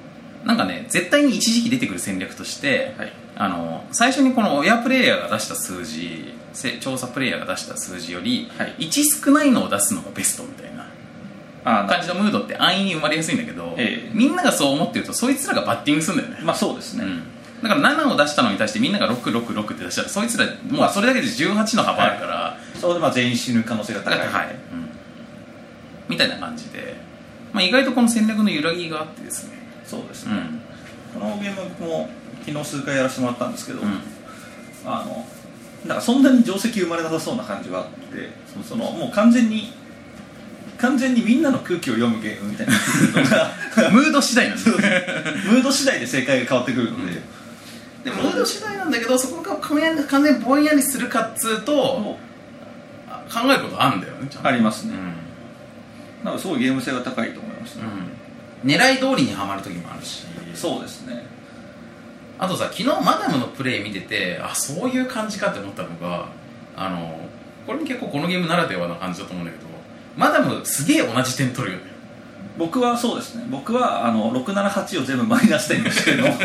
なんかね絶対に一時期出てくる戦略として、はい、あの最初にこの親プレイヤーが出した数字、調査プレイヤーが出した数字より、はい、いち少ないのを出すのがベストみたいな感じのムードって安易に生まれやすいんだけど、えー、みんながそう思ってるとそいつらがバッティングするんだよね。 まあそうですね、うん、 だからななを出したのに対してみんながろくろくろくって出したらそいつらもうそれだけでじゅうはちの幅あるから、はい、 それでまあ全員死ぬ可能性が高い、 はい、うん、みたいな感じで、まあ、意外とこの戦略の揺らぎがあってですね。 そうですね、うん、このゲームは僕も昨日数回やらせてもらったんですけど、うん、あのなんかそんなに定石生まれなさそうな感じはあって、そのもう完全に完全にみんなの空気を読むゲームみたいなのがムード次第なんですよムード次第で正解が変わってくるので、 うん、でムード次第なんだけどそこが完全にぼんやりするかっつうと考えることあるんだよね。ちゃんとありますね、うん、なんかすごいゲーム性が高いと思いますね、 うん、狙い通りにはまる時もあるし。 そうですね。 あとさ、昨日マダムのプレイ見てて、あ、そういう感じかって思ったのが、あのこれも結構このゲームならではの感じだと思うんだけど、マダムすげえ同じ点取るよね。 僕はそうですね。僕はあのろくななはちを全部マイナス点にしてのろ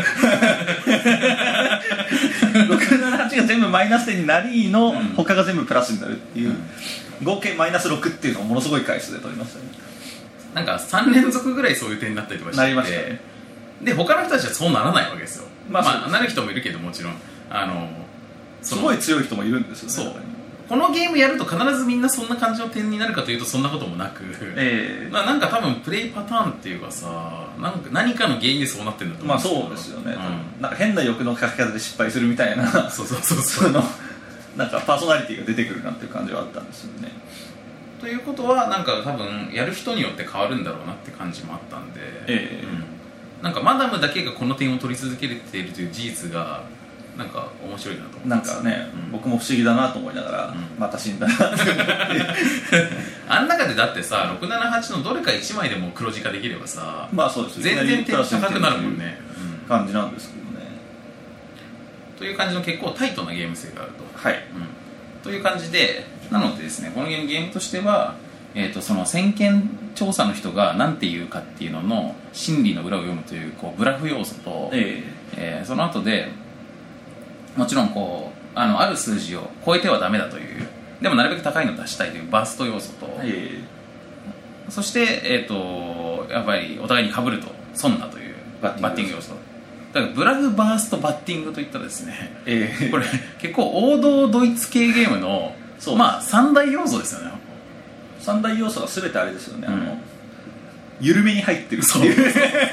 くななはちが全部マイナス点になりの、うん、他が全部プラスになるっていう、うん、合計マイナスろくっていうのをものすごい回数で取りましたね。 なんかさん連続ぐらいそういう点になったりとかして、なりましたね。で他の人たちはそうならないわけですよ。まあ、まあ、なる人もいるけど、もちろんあのすごい強い人もいるんですよね。そう、 このゲームやると必ずみんなそんな感じの点になるかというとそんなこともなく、えーまあ、なんか多分プレイパターンっていうかさ、なんか何かの原因でそうなってるんだと思うんですよ。 まあそうですよね、うん、なんか変な欲のかき方で失敗するみたいなそうそうそうそうそのなんかパーソナリティが出てくるなっていう感じはあったんですよね。 ということはなんか多分やる人によって変わるんだろうなって感じもあったんで、えーうん、なんかマダムだけがこの点を取り続けているという事実がなんか面白いなと思って、 なんかね、うん、僕も不思議だなと思いながら、うん、また死んだなって思ってあん中でだってさろくななはちのどれかいちまいでも黒字化できればさ、 まあそうです、 全然点高くなるもんね、 うん、感じなんですけどね。 という感じの結構タイトなゲーム性があると、 はい、うん、 という感じで、なのでですね、このゲーム、ゲームとしては、えー、とその先見調査の人が何て言うかっていうのの心理の裏を読むという、こうブラフ要素と、えーえー、その後でもちろんこう あのある数字を超えてはダメだという、でもなるべく高いのを出したいというバースト要素と、えー、そして、えー、とやっぱりお互いに被ると損だというバッティング要素。だからブラフバーストバッティングといったらですね、えー、これ結構王道ドイツ系ゲームのまあ三大要素ですよね。 三大要素が全てあれですよね、うん、あの緩めに入ってるっていう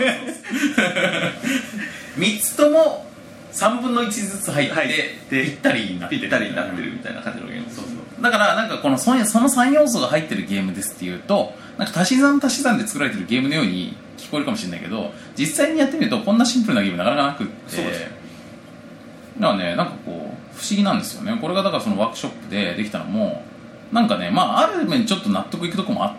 みっつともさんぶんのいちずつ入って、はい、ぴったりになってるぴったりになってるみたいな感じのゲームです。 そうそう、だからなんかこのそのさん要素が入ってるゲームですっていうと、なんか足し算足し算で作られてるゲームのように聞こえるかもしれないけど、実際にやってみるとこんなシンプルなゲームなかなかなくって、そうです。だからね、なんかこう不思議なんですよね。これがだからそのワークショップでできたのもなんかね、まあある面ちょっと納得いくとこもあって、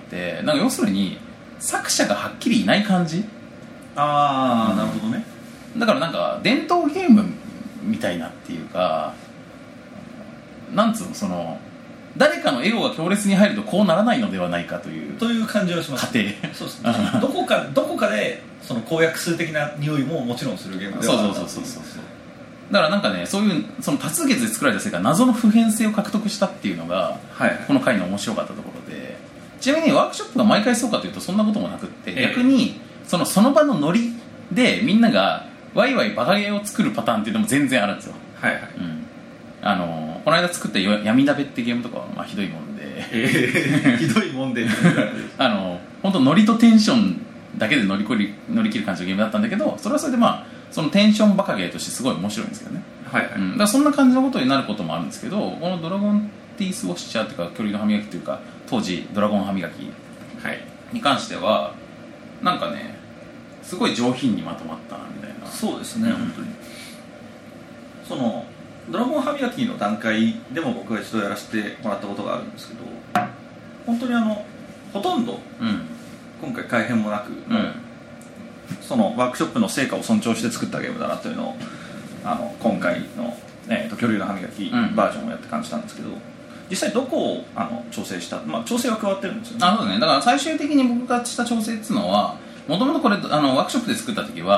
なんか要するに作者がはっきりいない感じ。 ああ、うん、なるほどね。 だからなんか伝統ゲームみたいなっていうか、なんつうの、その誰かのエゴが強烈に入るとこうならないのではないかというという感じはします。 過程。 そうですね。どこかどこかでその公約数的な匂いももちろんするゲームではある。 そうそうそうそうそう。だからなんかね、そういうその多数決で作られた世界が謎の普遍性を獲得したっていうのが、はい、この回の面白かったところで、ちなみにワークショップが毎回そうかというとそんなこともなくって、えー、逆にそのその場のノリでみんながワイワイバカゲーを作るパターンっていうのも全然あるんですよ。はいはい、うん、あのこの間作った闇鍋ってゲームとかはまあひどいもんで、 えー、ひどいもんであの本当ノリとテンションだけで乗り越え乗り切る感じのゲームだったんだけど、それはそれでまあそのテンションバカゲーとしてすごい面白いんですけどね、はいはい、うん、だからそんな感じのことになることもあるんですけど、このドラゴンティースウォッシャーというか距離の歯磨きというか当時ドラゴン歯磨きに関してはなんかねすごい上品にまとまったなみたいな。 そうですね、うん、本当にそのドラゴン歯磨きの段階でも僕が一度やらせてもらったことがあるんですけど、本当にあのほとんど、うん、今回改変もなく、うん、そのワークショップの成果を尊重して作ったゲームだなというのをあの今回の、えー、と恐竜の歯磨きバージョンをやって感じたんですけど、うん、実際どこをあの調整した、まあ、調整は加わってるんですよね。 あ、そうね。だから最終的に僕がした調整っていうのは、もともとこれあのワークショップで作った時は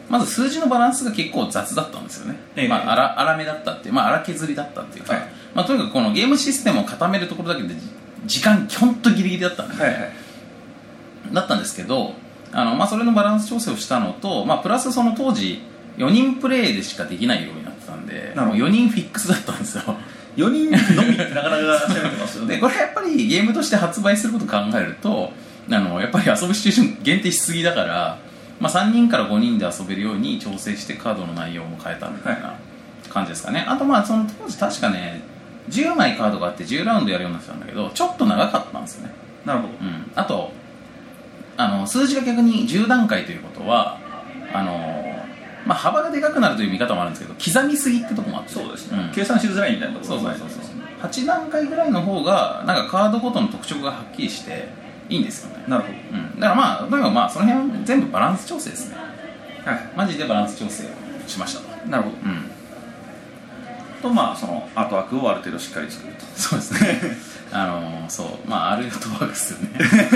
まず数字のバランスが結構雑だったんですよね、 ええ、 まあ、荒, 荒めだったっていう、まあ、荒削りだったっていうか、 はい、 まあ、とにかくこのゲームシステムを固めるところだけで時間ほんとギリギリだったんで、 はいはい、 だったんですけど、あの、まあ、それのバランス調整をしたのと、まあ、プラスその当時よにんプレイでしかできないようになってたんで、もうよにんフィックスだったんですよ。 よにんのみってなかなか攻めてますよね。 でこれやっぱりゲームとして発売することを考えると、あのやっぱり遊ぶシチュエーション限定しすぎだから、まあ、さんにんからごにんで遊べるように調整してカードの内容も変えたみたいな感じですかね。あとまあその当時確かねじゅうまいカードがあってじゅうラウンドやるようになってたんだけど、ちょっと長かったんですよね。 なるほど、 うん、あとあの数字が逆にじゅう段階ということはあの、まあ、幅がでかくなるという見方もあるんですけど、刻みすぎってとこもあって、 そうですね、 うん、 計算しづらいみたいなところそうそうそうそう、はち段階ぐらいの方がなんかカードごとの特徴がはっきりしていいんですよね。 なるほど、 うん、だからまあとにかくまあその辺は全部バランス調整ですね。 はい、 マジでバランス調整をしましたと。 なるほど、うん、とまあそのアートワークをある程度しっかり作ると。 そうですねあのー、そうまああるアートワークですよね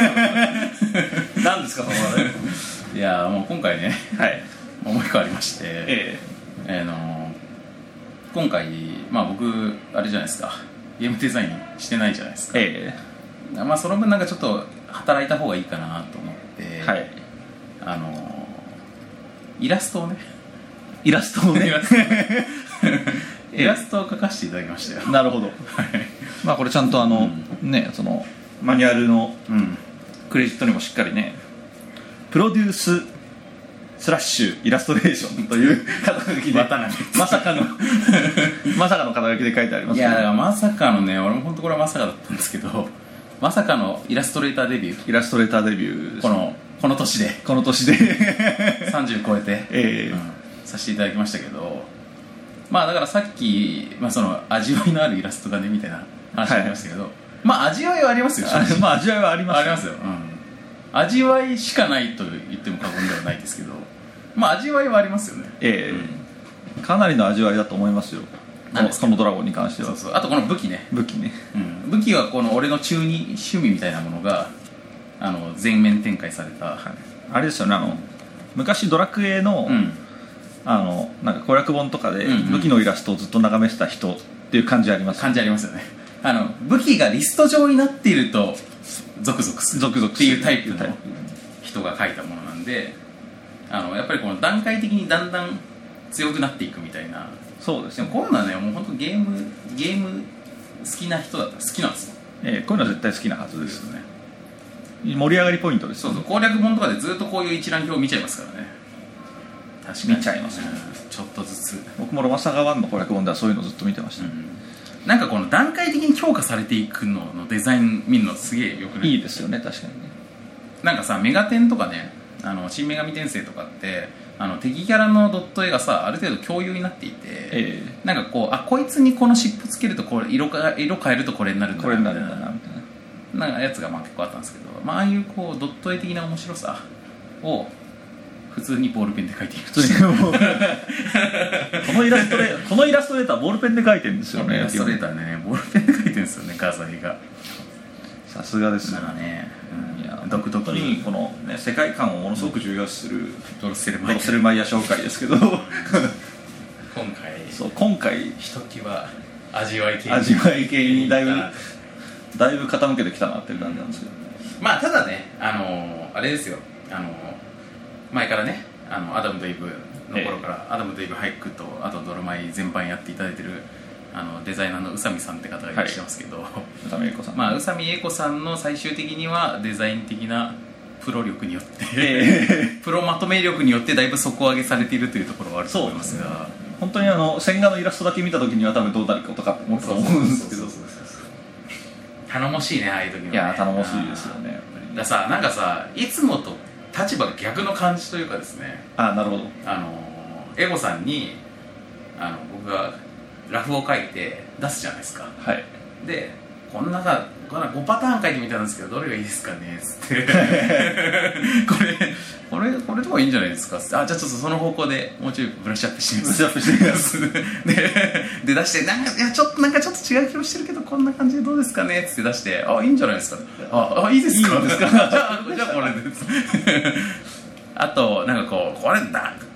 何ですかそのあれいやもう今回ね、 はい、 もう一個ありまして、 ええー、のー、今回まあ僕あれじゃないですか、ゲームデザインしてないじゃないですか、 ええまあその分なんかちょっと働いた方がいいかなと思って、 はい、 あのー、イラストをねイラストをねイラストイラストを描かせていただきましたよ。 なるほど、はい、まあこれちゃんとあの、うん、ね、そのマニュアルのクレジットにもしっかりね、プロデューススラッシュイラストレーションという肩書きでまさかのまさかの肩書きで書いてあります、ね、 いやだからまさかのね、俺も本当これはまさかだったんですけど、まさかのイラストレーターデビューイラストレーターデビュー、ね、 このこの年でこの年でさんじゅう超えて、 えーうん、させていただきましたけど、まあだからさっき、まあ、その味わいのあるイラストがねみたいな話がありましたけど、はい、まあ味わいはありますよまあ味わいはあります、 ありますよ、うん、味わいしかないと言っても過言ではないですけどまあ味わいはありますよね。 ええーうん、かなりの味わいだと思いますよ、このこのドラゴンに関しては。 そうそう、あとこの武器ね武器ね、 うん、武器はこの俺の中二趣味みたいなものがあの全面展開された、はい、 あれですよね、あの昔ドラクエの、うん、あのなんか攻略本とかで武器のイラストをずっと眺めてた人っていう感じあります、ね、 感じありますよね。あの武器がリスト上になっているとゾクゾクするっていうタイプの人が書いたものなんで、あのやっぱりこの段階的にだんだん強くなっていくみたいな。 そうですね。 でもこういうのはね、もう本当ゲームゲーム好きな人だったら好きなんですよ、 えー、こういうのは絶対好きなはずですよね。盛り上がりポイントです、 ね、そうそう、攻略本とかでずっとこういう一覧表を見ちゃいますからね。確かに見ちゃいますね、 うん、ちょっとずつ。 僕もロマサガワンの攻略本ではそういうのずっと見てました、ね、 うん、なんかこの段階的に強化されていくののデザイン見るのすげえよくない？ いいですよね、確かにね。 なんかさ、メガテンとかね、あの新女神転生とかってあの敵キャラのドット絵がさある程度共有になっていて、えー、なんかこう、あ、こいつにこの尻尾つけるとこれ 色, か色変えるとこれになるんだなみたい な, みたいななんかやつがまあ結構あったんですけど、まあ、ああいうこうドット絵的な面白さを普通にボールペンで描いていく。普通にこのイラストレこのイラストレーターボールペンで描いてるんですよね。 イラストレーターね、ボールペンで描いてるんですよね、画材が。 さすがですよね。うん、いや独特にこの、ね、世界観をものすごく重要視する、うん、 ドロッセルマイヤー紹介ですけど今回そう今回ひときわ味わい系味わい系にだいぶだいぶ傾けてきたなっていう感じなんですけど、 まあただね、あのー、あれですよ、あのー、前からね、あのアダムとイブの頃から、えー、アダムとイブハイクとあとドロマイ全般やっていただいてるあのデザイナーの宇佐美さんって方がいらっしゃいますけど、はい、 宇佐美英子さん、 まあ、宇佐美英子さんの最終的にはデザイン的なプロ力によって、えー、プロまとめ力によってだいぶ底上げされているというところはあると思いますが、 そうですね、本当にあの線画のイラストだけ見た時には多分どうなることかと思ったと思うんですけど、 頼もしいね、ああいう時は、ね、 いや頼もしいですよね、やっぱり。 ださ、なんかさ、いつもと立場が逆の感じというかですね、 あ、なるほど、 あのエゴさんにあの僕がラフを書いて出すじゃないですか、 はい、 でこんなさごパターン書いてみたんですけどどれがいいですかねっつってこれこれこれとかいいんじゃないですかっつって、あ、じゃあちょっとその方向でもうちょいブラッシュアップしてみます、ブラッシュアップしてみますで, で出してなんかいやちょっとなんかちょっと違う気もしてるけどこんな感じでどうですかねっつって出して、あ、いいんじゃないですか、ああ、いいですか、いいですかじゃあじゃあこれであとなんかこうこれだ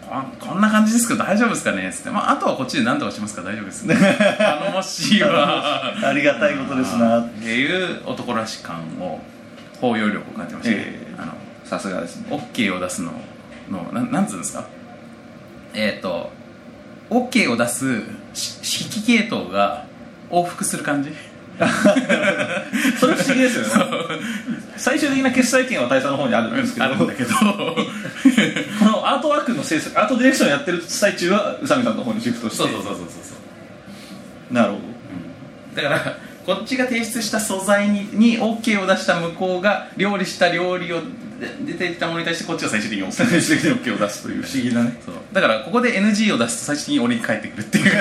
こんな感じですけど大丈夫ですかねつって、まあ、あとはこっちで何とかしますから大丈夫です頼もしいわありがたいことですなっていう男らし感を包容力を感じましたね、 えー、 あのさすがですね。 OK を出すののななんつうんですかえっ、ー、と OK を出す引き系統が往復する感じそれ不思議ですよね最終的な決裁権は大佐の方にあるんですけど、 あるんだけどこのアートワークの制作アートディレクションやってる最中は宇佐美さんの方にシフトして、 そうそうそうそうそうなるほど、 うん、だからこっちが提出した素材 に, に OK を出した向こうが料理した料理を出てきたものに対してこっちが最終的に OK 最終的に OK を出すという不思議なね。 そうだからここで エヌジー を出すと最終的に俺に返ってくるっていう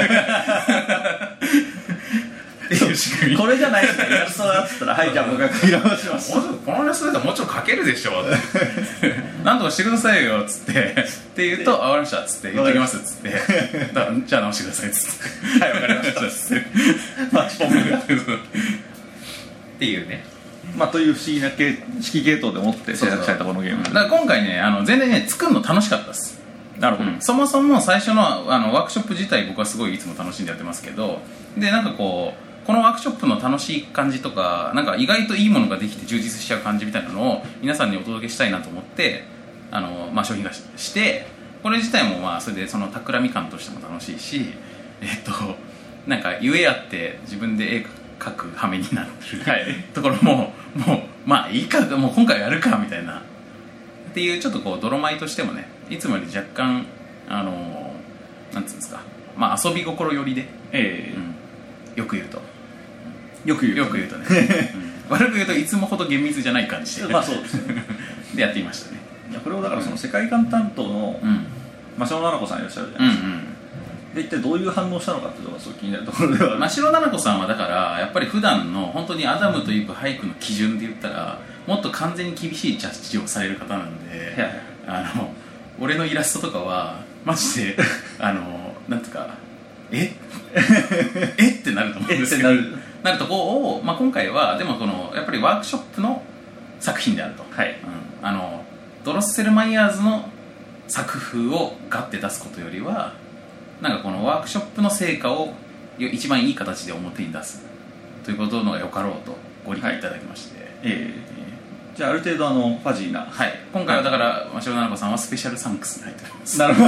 っていう仕組み。 これじゃないですかイラストだっつったらはいじゃあ僕が書き直しますもうちょっとこのイラストだったらもうちょっと描けるでしょなんとかしてくださいよっつってって言うと分かりましたっつって言ってきますっつってだからじゃあ直してくださいっつってはい分かりましたっつってマッチポンプがっていうね、 まあという不思議な指揮系統でもって制作されたこのゲームだから今回ねあの全然ね作るの楽しかったですなるほど、 うん、そもそも最初 の, あのワークショップ自体僕はすごいいつも楽しんでやってますけどでなんかこうこのワークショップの楽しい感じとかなんか意外といいものができて充実しちゃう感じみたいなのを皆さんにお届けしたいなと思ってあの、まあ、商品化してこれ自体もまあそれでその企み感としても楽しいしえっとなんかゆえあって自分で絵描く羽目になる、はい、ところももうまあいいかもう今回やるかみたいなっていうちょっとこう泥舞としてもねいつもより若干あのなんつうんですかまあ遊び心寄りで、 えーうん、よく言うとよく言うよく言うとね、うん、悪く言うといつもほど厳密じゃない感じでまあそうですねでやっていましたね。 いやこれをだからその世界観担当の真城奈々子さんいらっしゃるじゃないですか、うんうん、で一体どういう反応したのかっていうのがすごい気になるところではある。 真城奈々子さんはだからやっぱり普段の本当にアダムという俳句の基準で言ったらもっと完全に厳しいジャッジをされる方なんで、 はい、 あの俺のイラストとかはマジであのなんていうかええってなると思うんですけどなるなるとこを、まあ、今回はでもこのやっぱりワークショップの作品であると、はいうん、あのドロッセルマイヤーズの作風をガッて出すことよりはなんかこのワークショップの成果を一番いい形で表に出すということのがよかろうとご理解いただきまして、はいえーえー、じゃあある程度あのファジーな、 はい、今回はだから真城奈々子さんはスペシャルサンクスに入っております。 なるほど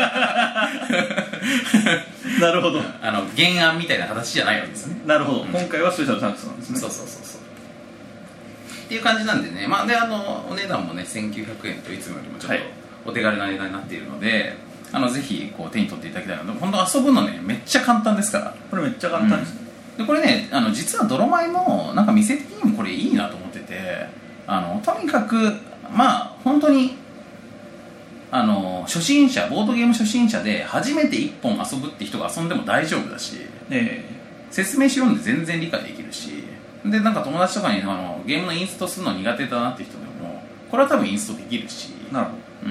なるほどあの原案みたいな形じゃないわけですね。 なるほど、うん、今回はスペシャルサンクスなんですね。 そうそうそうそうっていう感じなんでね、まあ、であのお値段もねせんきゅうひゃくえんといつもよりもちょっとお手軽な値段になっているので、はい、あのぜひこう手に取っていただきたいので本当遊ぶのねめっちゃ簡単ですから。 これめっちゃ簡単ですね、 うん、でこれねあの実は泥舞もなんか店的にもこれいいなと思っててあのとにかくまあ本当にあの初心者ボードゲーム初心者で初めていっぽん遊ぶって人が遊んでも大丈夫だし、えー、説明し読んで全然理解できるしでなんか友達とかにあのゲームのインストするの苦手だなって人でもこれは多分インストできるしなるほど、 うん、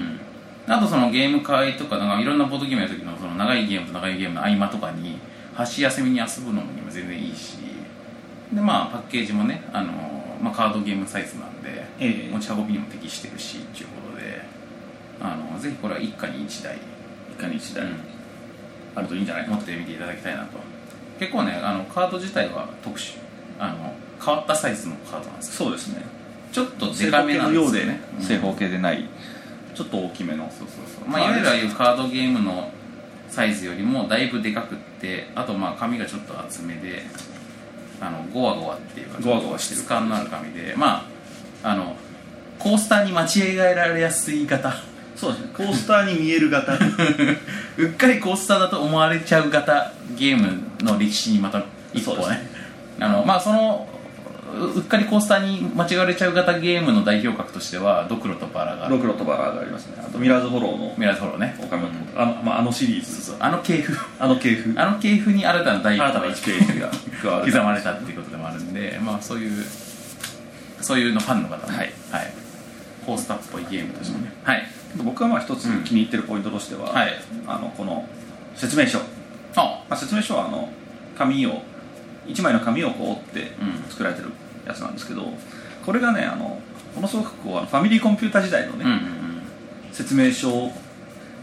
あとそのゲーム会とかなんかいろんなボードゲームやる時のその長いゲームと長いゲームの合間とかに箸休みに遊ぶのにも全然いいしでまあパッケージもねあの、まあ、カードゲームサイズなんで、えー、持ち運びにも適してるしっていうことであのぜひこれは一家に一台一家に一台、うん、あるといいんじゃないか持ってみていただきたいなと。結構ねあのカード自体は特殊あの変わったサイズのカードなんですけどそうですねちょっとデカめなんですよね。 正方形でない、うん、ちょっと大きめのそうそうそう、まあ、いわゆるああいうカードゲームのサイズよりもだいぶでかくってあとまあ紙がちょっと厚めであのゴワゴワっていうかゴワゴワしてる質感のある紙でまああのコースターに間違えられやすい型そうですねコースターに見える型うっかりコースターだと思われちゃう型ゲームの歴史にまた一個ねあのまあそのうっかりコースターに間違われちゃう型ゲームの代表格としてはドクロとバラがあるドクロとバラがありますね。あとミラーズフォローのミラーズフォローねあの、まあ、あのシリーズそうそうあの系譜あの系譜あの系譜に新たな第一新たないちページが刻まれたっていうことでもあるんでまあそういうそういうのファンの方も、はいはい、コースターっぽいゲームとしてもね、うん、はい僕はまあ一つ気に入ってるポイントとしては、うんはい、あのこの説明書あ、まあ、説明書はあの紙をいちまいの紙をこう折って作られてるやつなんですけど、これがねあのものすごくこうファミリーコンピュータ時代のね、うんうんうん、説明書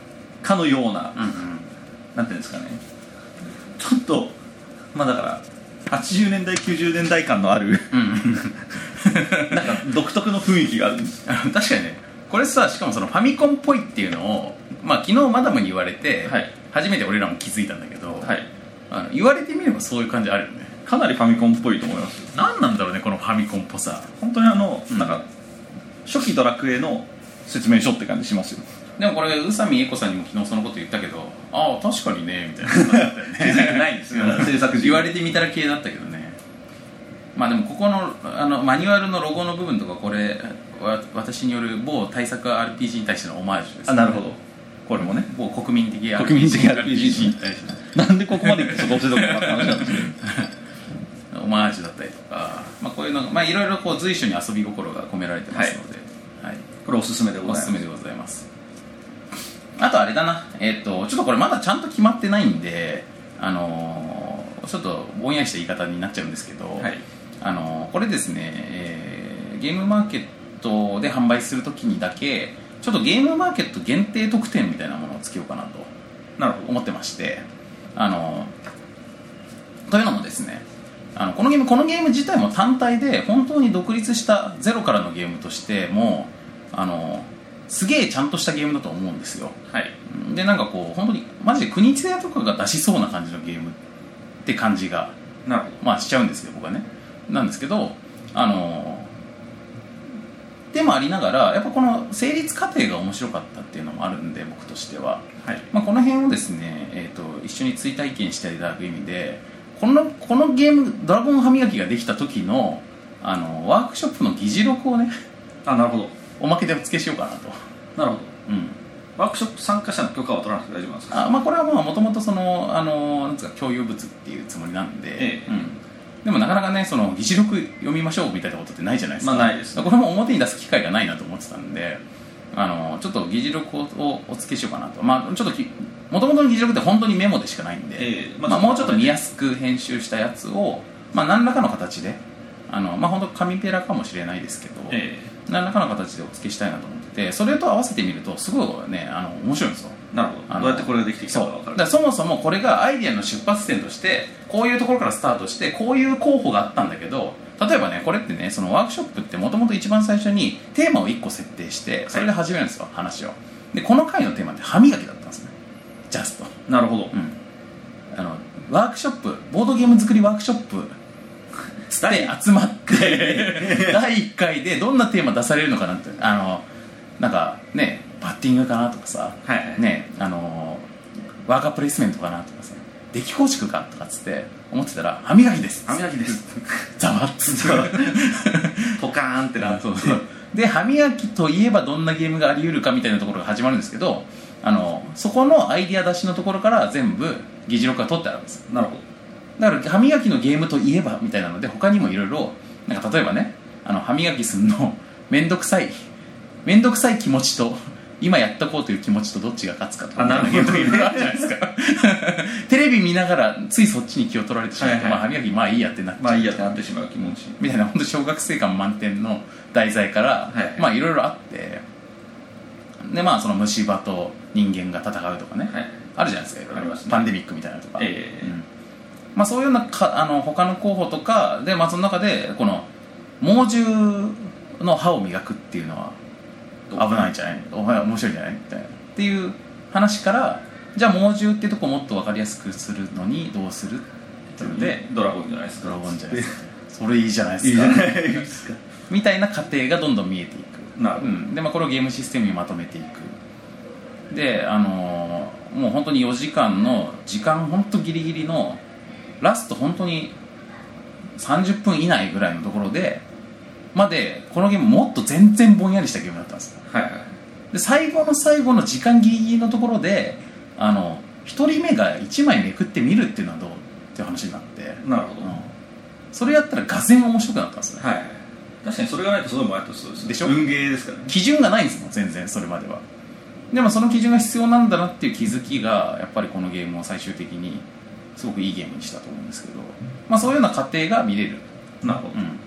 かのような、 うんうん、 なんていうんですかね、ちょっとまあだからはちじゅうねんだいきゅうじゅうねんだい感のあるなんか独特の雰囲気があるんです確かにね、これさ、しかもそのファミコンっぽいっていうのを、まあ、昨日マダムに言われて、はい、初めて俺らも気づいたんだけど、はい、あの言われてみればそういう感じあるよね。 かなりファミコンっぽいと思います。 何なんだろうね、このファミコンっぽさ。 本当にあの、うん、なんか初期ドラクエの説明書って感じしますよ。 でもこれ宇佐美恵子さんにも昨日そのこと言ったけど、ああ確かにねみたいな感じだったよね。 気づいてないんですよ制作時言われてみたら系だったけどね。まあでもここの、あのマニュアルのロゴの部分とか、これわ私による某対策 アールピージー に対してのオマージュです、ね、 あ、なるほど。これもね、 某国民的アールピージー に対してなんでここまで行ってそこ押せとかって話なんですけどオマージュだったりとか、まあ、こういうのが、まあ、いろいろこう随所に遊び心が込められてますので、はいはい、 これおすすめでございます。 おすすめでございます。あとあれだな、えー、とちょっとこれまだちゃんと決まってないんで、あのー、ちょっとぼんやりした言い方になっちゃうんですけど、はい、あのー、これですね、えー、ゲームマーケットで販売するときにだけちょっとゲームマーケット限定特典みたいなものをつけようかなとなるほど思ってまして、あのー、というのもですね、あのこのゲームこのゲーム自体も単体で本当に独立したゼロからのゲームとしてもあのーすげえちゃんとしたゲームだと思うんですよ、はい、でなんかこう本当にマジで国津屋とかが出しそうな感じのゲームって感じがなるほど、まあ、しちゃうんですけど僕はねなんですけど、あのでもありながらやっぱこの成立過程が面白かったっていうのもあるんで僕としては、はい、まあ、この辺をですね、えー、と一緒に追体験していただく意味でこの、このゲームドラゴン歯磨きができた時の、あのワークショップの議事録をねあ、なるほど、 おまけでお付けしようかなと。 なるほど、うん、ワークショップ参加者の許可は取らなくて大丈夫なんですか。 あ、まあ、これはもともとその、あのなんですか共有物っていうつもりなんで、ええ、うん、でもなかなかねその議事録読みましょうみたいなことってないじゃないですか。 まあないです、ね、 これも表に出す機会がないなと思ってたんで、あのちょっと議事録をお付けしようかなと。まあちょっともともとの議事録って本当にメモでしかないんで、ええ、まあまあ、もうちょっと見やすく編集したやつを、まあ、何らかの形であの、まあ、本当紙ペラかもしれないですけど、ええ、何らかの形でお付けしたいなと思ってて、それと合わせてみるとすごいねあの面白いんですよ。 なるほど。どうやってこれができてきたか分かる。 だからそもそもこれがアイデアの出発点としてこういうところからスタートしてこういう候補があったんだけど、例えばねこれってねそのワークショップってもともと一番最初にテーマをいっこ設定してそれで始めるんですよ、はい、話を。でこの回のテーマって歯磨きだったんですね、ジャスト。 なるほど、うん、 あのワークショップボードゲーム作りワークショップで集まってだいいっかいでどんなテーマ出されるのかなって、あのなんかねバッティングかなとかさ、はいはい、ねあのワーカープレイスメントかなとかさ、デッキ構築かとかっつって思ってたら歯磨きです歯磨きですざわっつポカーンってなってそうそうで歯磨きといえばどんなゲームがあり得るかみたいなところが始まるんですけど、あのそこのアイディア出しのところから全部議事録が取ってあるんです。 なるほど。 だから歯磨きのゲームといえばみたいなので他にもいろいろなんか例えばねあの歯磨きするのめんどくさいめんどくさい気持ちと今やっとこうという気持ちとどっちが勝つかとかあなるほど、ね、 いろいろあるじゃないですかテレビ見ながらついそっちに気を取られてしまって、はいはい、まあ、歯磨きまあいいやってなっちゃう、 まあいいやってなってしまう気持ちみたいな本当小学生感満点の題材から、はいはい、まあいろいろあってでまあその虫歯と人間が戦うとかね、はい、あるじゃないですかいろいろあります、ね、パンデミックみたいなとか、えーうんまあ、そういうようなかあの他の候補とかで、まあ、その中でこの猛獣の歯を磨くっていうのは危ないんじゃないお前面白いんじゃないみたいなっていう話から、じゃあ猛獣っていうとこをもっと分かりやすくするのにどうするっていうのでドラゴンじゃないですかドラゴンじゃないですかそれいいじゃないですかいいじゃないですかみたいな過程がどんどん見えていく。なるほど、うん、で、まあ、これをゲームシステムにまとめていく。であのー、もう本当によじかんの時間本当ギリギリのラスト本当にさんじゅっぷん以内ぐらいのところでまでこのゲームもっと全然ぼんやりしたゲームだったんですよ、はいはい、で最後の最後の時間ギリギリのところであのひとりめがいちまいめくってみるっていうのはどうっていう話になって、 なるほど、うん、 それやったらがぜん面白くなったんですね、はい、 確かにそれがないとすごいもやっとそうですね。 でしょ。 運ゲーですからね。 基準がないんですもん全然それまでは。でもその基準が必要なんだなっていう気づきがやっぱりこのゲームを最終的にすごくいいゲームにしたと思うんですけど、まあ、そういうような過程が見れる。 なるほど、うん、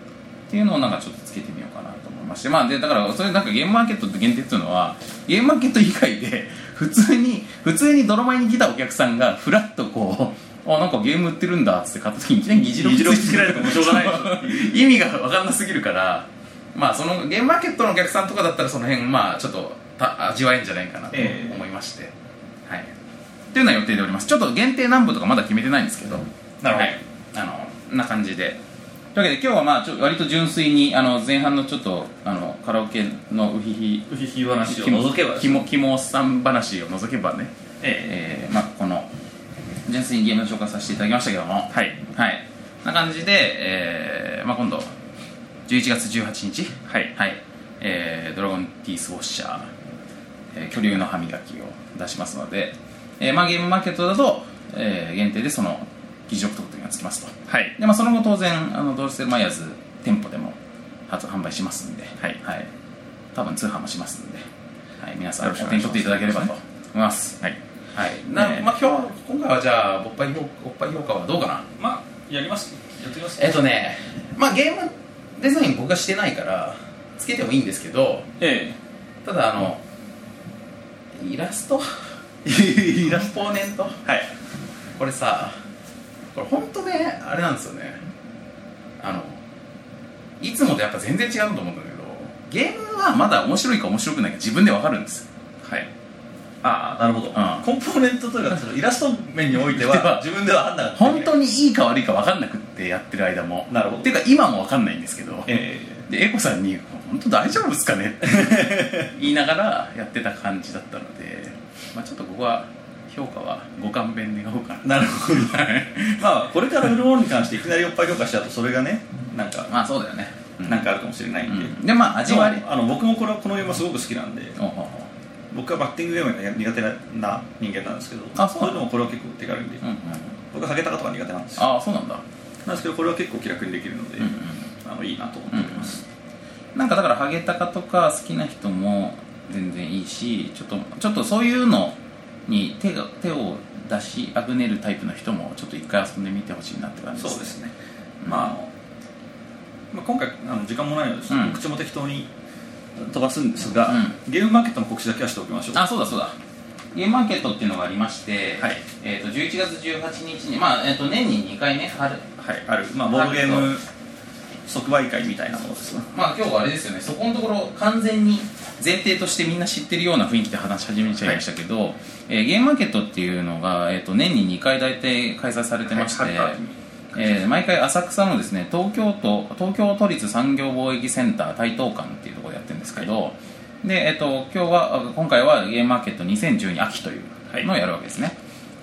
っていうのをなんかちょっとつけてみようかなと思いまして、まあでだからそれなんかゲームマーケットって限定っていうのはゲームマーケット以外で普通に普通に泥米に来たお客さんがフラッとこうあなんかゲーム売ってるんだっつって買った時にいきなり議事録つけられてもしょうがない意味が分かんなすぎるから、まあそのゲームマーケットのお客さんとかだったらその辺まあちょっとた味わえんじゃないかなと思いまして、えー、はいっていうのは予定でおります。ちょっと限定何部とかまだ決めてないんですけど、 なるほど、 はい、あのこんな感じで。というわけで今日はまあちょ割と純粋にあの前半のちょっとあのカラオケのウヒヒウヒヒ話を除けばキモキモさん話を除けばね、えーえー、まあこの純粋にゲームの紹介させていただきましたけども、はい、はい、な感じで、えーまあ、今度じゅういちがつじゅうはちにち、はいはいえー、ドラゴンティースウォッシャー、えー、巨竜の歯磨きを出しますので、えーまあ、ゲームマーケットだと、えー、限定でその議事録特典がつきますと、はいでまあ、その後当然あのドロッセルマイヤーズ店舗でも発販売しますんで、はいはい、多分通販もしますんで、はい、皆さんお手に取っていただければと思います。はいはいなねまあ、今日今回はじゃあおっぱい評おっぱい評価はどうかな。 まあやりますやってみますえっとねまあゲームデザイン僕がしてないからつけてもいいんですけど、 えただあのイラストえイラストコンポーネントはいこれさこれ本当ねあれなんですよね。あのいつもとやっぱ全然違うと思うんだけどゲームはまだ面白いか面白くないか自分で分かるんですよ。はいああなるほど、 うん、 コンポーネントというかそのイラスト面においては自分では判断本当にいいか悪いか分かんなくってやってる間もなるほどっていうか今も分かんないんですけど、 えー、でエコさんに「本当大丈夫ですかね?」って言いながらやってた感じだったので、まあ、ちょっとここは評価はご勘弁願おうかな。 なるほどまあこれから売るものに関していきなりおっぱい評価しちゃうとそれがねなんかまあそうだよね、 うん、なんかあるかもしれないんで、 うん、でまあ味わいあの僕もこれはこのゲームはすごく好きなんでおほほ僕はバッティングゲームが苦手な人間なんですけどあそうそれでもこれは結構手軽にできる、うんうん、僕はハゲタカとか苦手なんですよ。 ああそうなんだ。 なんですけどこれは結構気楽にできるので、うんうん、あのいいなと思っております、 うんうん、なんかだからハゲタカとか好きな人も全然いいしちょっとちょっとそういうのに手が手を出しあぐねるタイプの人もちょっと一回遊んでみてほしいなって感じです。 そうですね、うん、まああの、まあ、今回あの時間もないので、うん、告知も適当に飛ばすんですが、うん、ゲームマーケットの告知だけはしておきましょう。 あそうだそうだゲームマーケットっていうのがありまして、はいえー、とじゅういちがつじゅうはちにちに、まあえー、と年ににかいねある、 はい、ある、まあ、ボードゲーム即売会みたいなものですね。 まあ今日はあれですよねそこのところ完全に前提としてみんな知ってるような雰囲気で話し始めちゃいましたけど、はいえー、ゲームマーケットっていうのが、えー、と年ににかい大体開催されてまして、はいえー、毎回浅草のですね東京都東京都立産業貿易センター台東館っていうところでやってるんですけど、はいでえっと、今日は今回はゲームマーケットにせんじゅうに秋というのをやるわけですね、はい、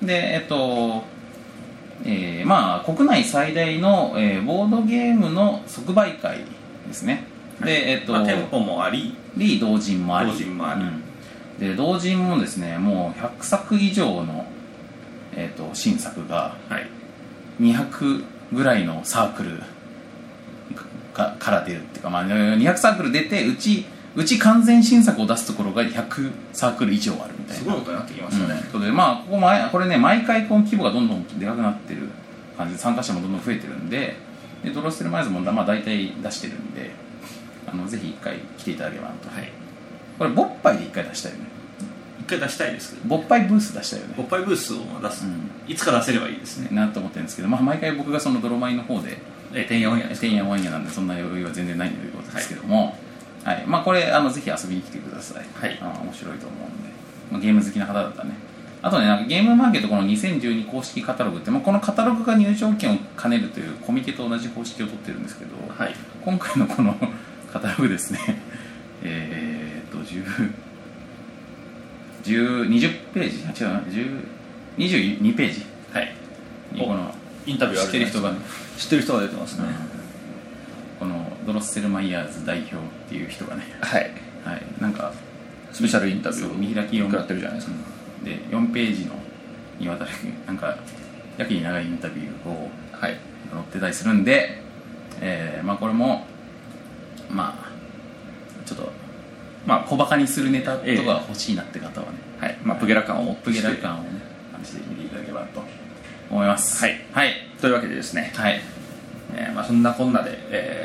でえっと、えー、まあ国内最大の、えー、ボードゲームの即売会ですね、はい、でえっと、 まあ、店舗もあり同人もあり同人もあり、うん、 で同人もですねもうひゃくさく以上の、えー、と新作がにひゃくぐらいのサークルかから出るっていうか、まあ、にひゃくサークル出てうちうち完全新作を出すところがひゃくサークル以上あるみたいなすごいことになってきましたね、うん、ということでまあここ前これね毎回この規模がどんどんでかくなってる感じで参加者もどんどん増えてるんで、でドロッセルマイヤーズもまあ大体出してるんであのぜひ一回来ていただければなと、はい、これボッパイで一回出したいよね。 一回出したいですけどボッパイブース出したいよね。 ボッパイブースを出す、うん、いつか出せればいいですねなと思ってるんですけど、まあ、毎回僕がその泥米の方でてんやわんやてんやわんやなんでそんな余裕は全然ないということですけども、はいはいまあ、これあのぜひ遊びに来てください、はい、あ面白いと思うんで、まあ、ゲーム好きな方だったらね。あとねなんかゲームマーケットこのにせんじゅうに公式カタログって、まあ、このカタログが入場券を兼ねるというコミケと同じ方式を取ってるんですけど、はい、今回のこのカタログですねえーっとじゅう、にじゅっページ違うなにじゅうにページはいこのインタビューある知ってる人が知ってる人が出てますね、 うん、このドロッセルマイヤーズ代表っていう人がねはい、 はい、なんかスペシャルインタビューを見開きをやってるじゃないですか、 うん、でよんページのにわたるなんかやけに長いインタビューを、はい、載ってたりするんで、えー、まあこれもまあちょっとまあ小バカにするネタとか欲しいなって方はね、 えーはいまあ、プゲラ感を持ってプゲラ感をね感じて見ていただければと思います。はい、はい、 というわけでですね、 はいえーまあ、そんなこんなで、え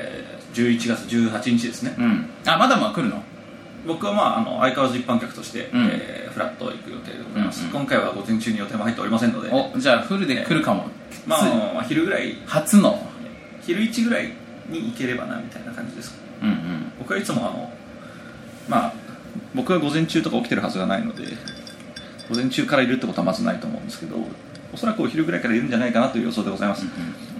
じゅういちがつじゅうはちにちですね。 うん。あ、マダムは来るの？ 僕はまああの相変わらず一般客として、 うんえー、フラット行く予定でございます、 うんうん、 今回は午前中に予定も入っておりませんので、 お、じゃあフルで来るかも、 えー、まあ、まあ昼ぐらい、 初の昼いちぐらいに行ければなみたいな感じです。 うんうん。 僕はいつもあのまあ僕は午前中とか起きてるはずがないので、午前中からいるってことはまずないと思うんですけど、おそらくお昼ぐらいからいるんじゃないかなという予想でございます、うんうん、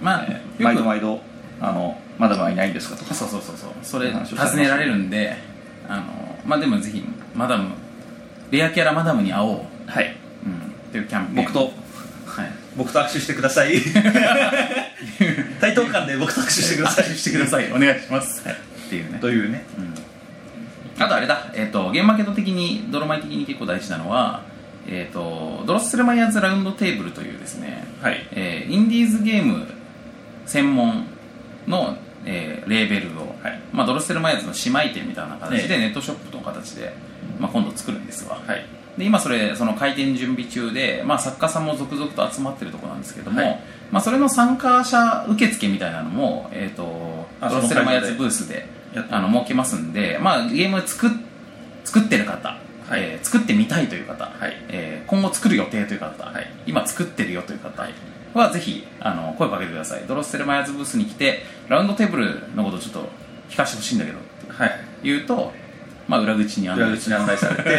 まあ、 えー、毎度毎度あのまだまだいないんですかとか、 そうそうそうそう、それ尋ねられるんで、あのまあでもぜひマダム、レアキャラマダムに会おう、 はい、 うん、っていうキャンペーン、 僕と、はい、僕と握手してください対等間で僕と握手してください握手してくださいお願いします、はい、っていうね、 というね、 うん、あとあれだ、えーと、ゲームマーケット的にドロマイ的に結構大事なのは、えーと、ドロッセルマイヤーズラウンドテーブルというですね、 はい、 えー、インディーズゲーム専門の、えー、レーベルを、はい、まあ、ドロッセルマイヤーズの姉妹店みたいな形でネットショップの形で、まあ、今度作るんですわ、はい、で今それその開店準備中で、まあ、作家さんも続々と集まってるところなんですけども、はい、まあ、それの参加者受付みたいなのも、えー、とドロッセルマイヤーズブースであの設けますんで、まあ、ゲーム作っ作ってる方、はい、えー、作ってみたいという方、はい、えー、今後作る予定という方、はい、今作ってるよという方はぜひあの声をかけてください。ドロッセルマイヤーズブースに来てラウンドテーブルのことをちょっと聞かせてほしいんだけどって、はい、言うと、まあ、裏口に案内裏口に案内されて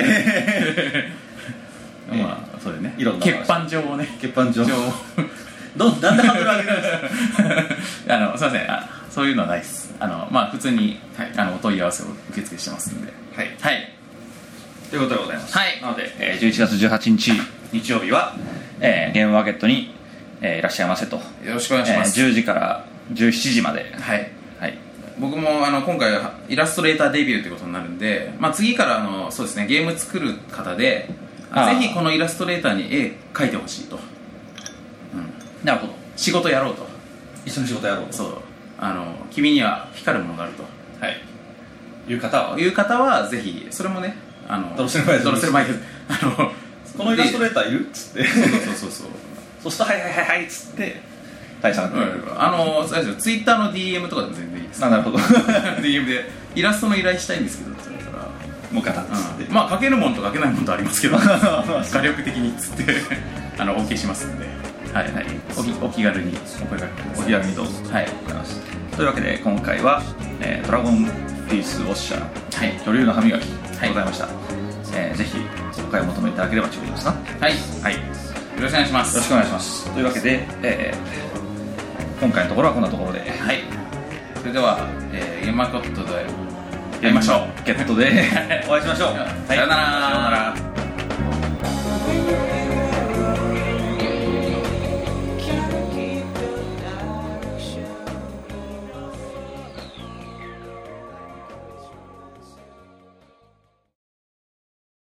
まあそれね、 いろんな欠板状をね、 欠板状どなんでハードル上げるんですかあのすいません、あそういうのはないです。あの、まあ、普通に、はい、あのお問い合わせを受付してますんで、はい、はい、 ということでございます、 はい、 なので、えー、じゅういちがつじゅうはちにち日曜日は、えー、ゲームマーケットに、えー、いらっしゃいませと。よろしくお願いします、 えー、じゅうじからじゅうしちじまで、 はい、はい、僕もあの今回イラストレーターデビューということになるんで、まあ、次からあのそうですね、ゲーム作る方でぜひこのイラストレーターに絵描いてほしいと、 うん、なるほど、 仕事やろうと、 一緒に仕事やろうと、 そう、あの君には光るものがあると、 はい、いう方はいう方はぜひそれもね、あのドロッセルマイヤーズ、 ドロッセルマイヤーズ、あのこのイラストレーターいるっつってそうそうそうそうそしたらはいはいはいはいっつって対策、うん、 あのツイッターの ディーエム とかでも全然いいです。 あ、なるほどディーエム でイラストの依頼したいんですけどって言ったら、 もう片っつって、 うん、まあ描けるもんと描けないもんとありますけど画力的にっつってあの OK しますんで、はいはい、お, きお気軽にお声掛けください。 お気軽にどうぞ、はい、というわけで今回は、えー、ドラゴンピースウォッシャー、はい、女流の歯磨きでございました、はい、えー、ぜひお買い求めいただければということですな。はい、はい、よろしくお願いします。よろしくお願いします。というわけで、えー、今回のところはこんなところで、 はい、それでは、えー、ゲームマーケットでやりましょう。 ゲットでお会いしましょう。 さよなら。 さよなら。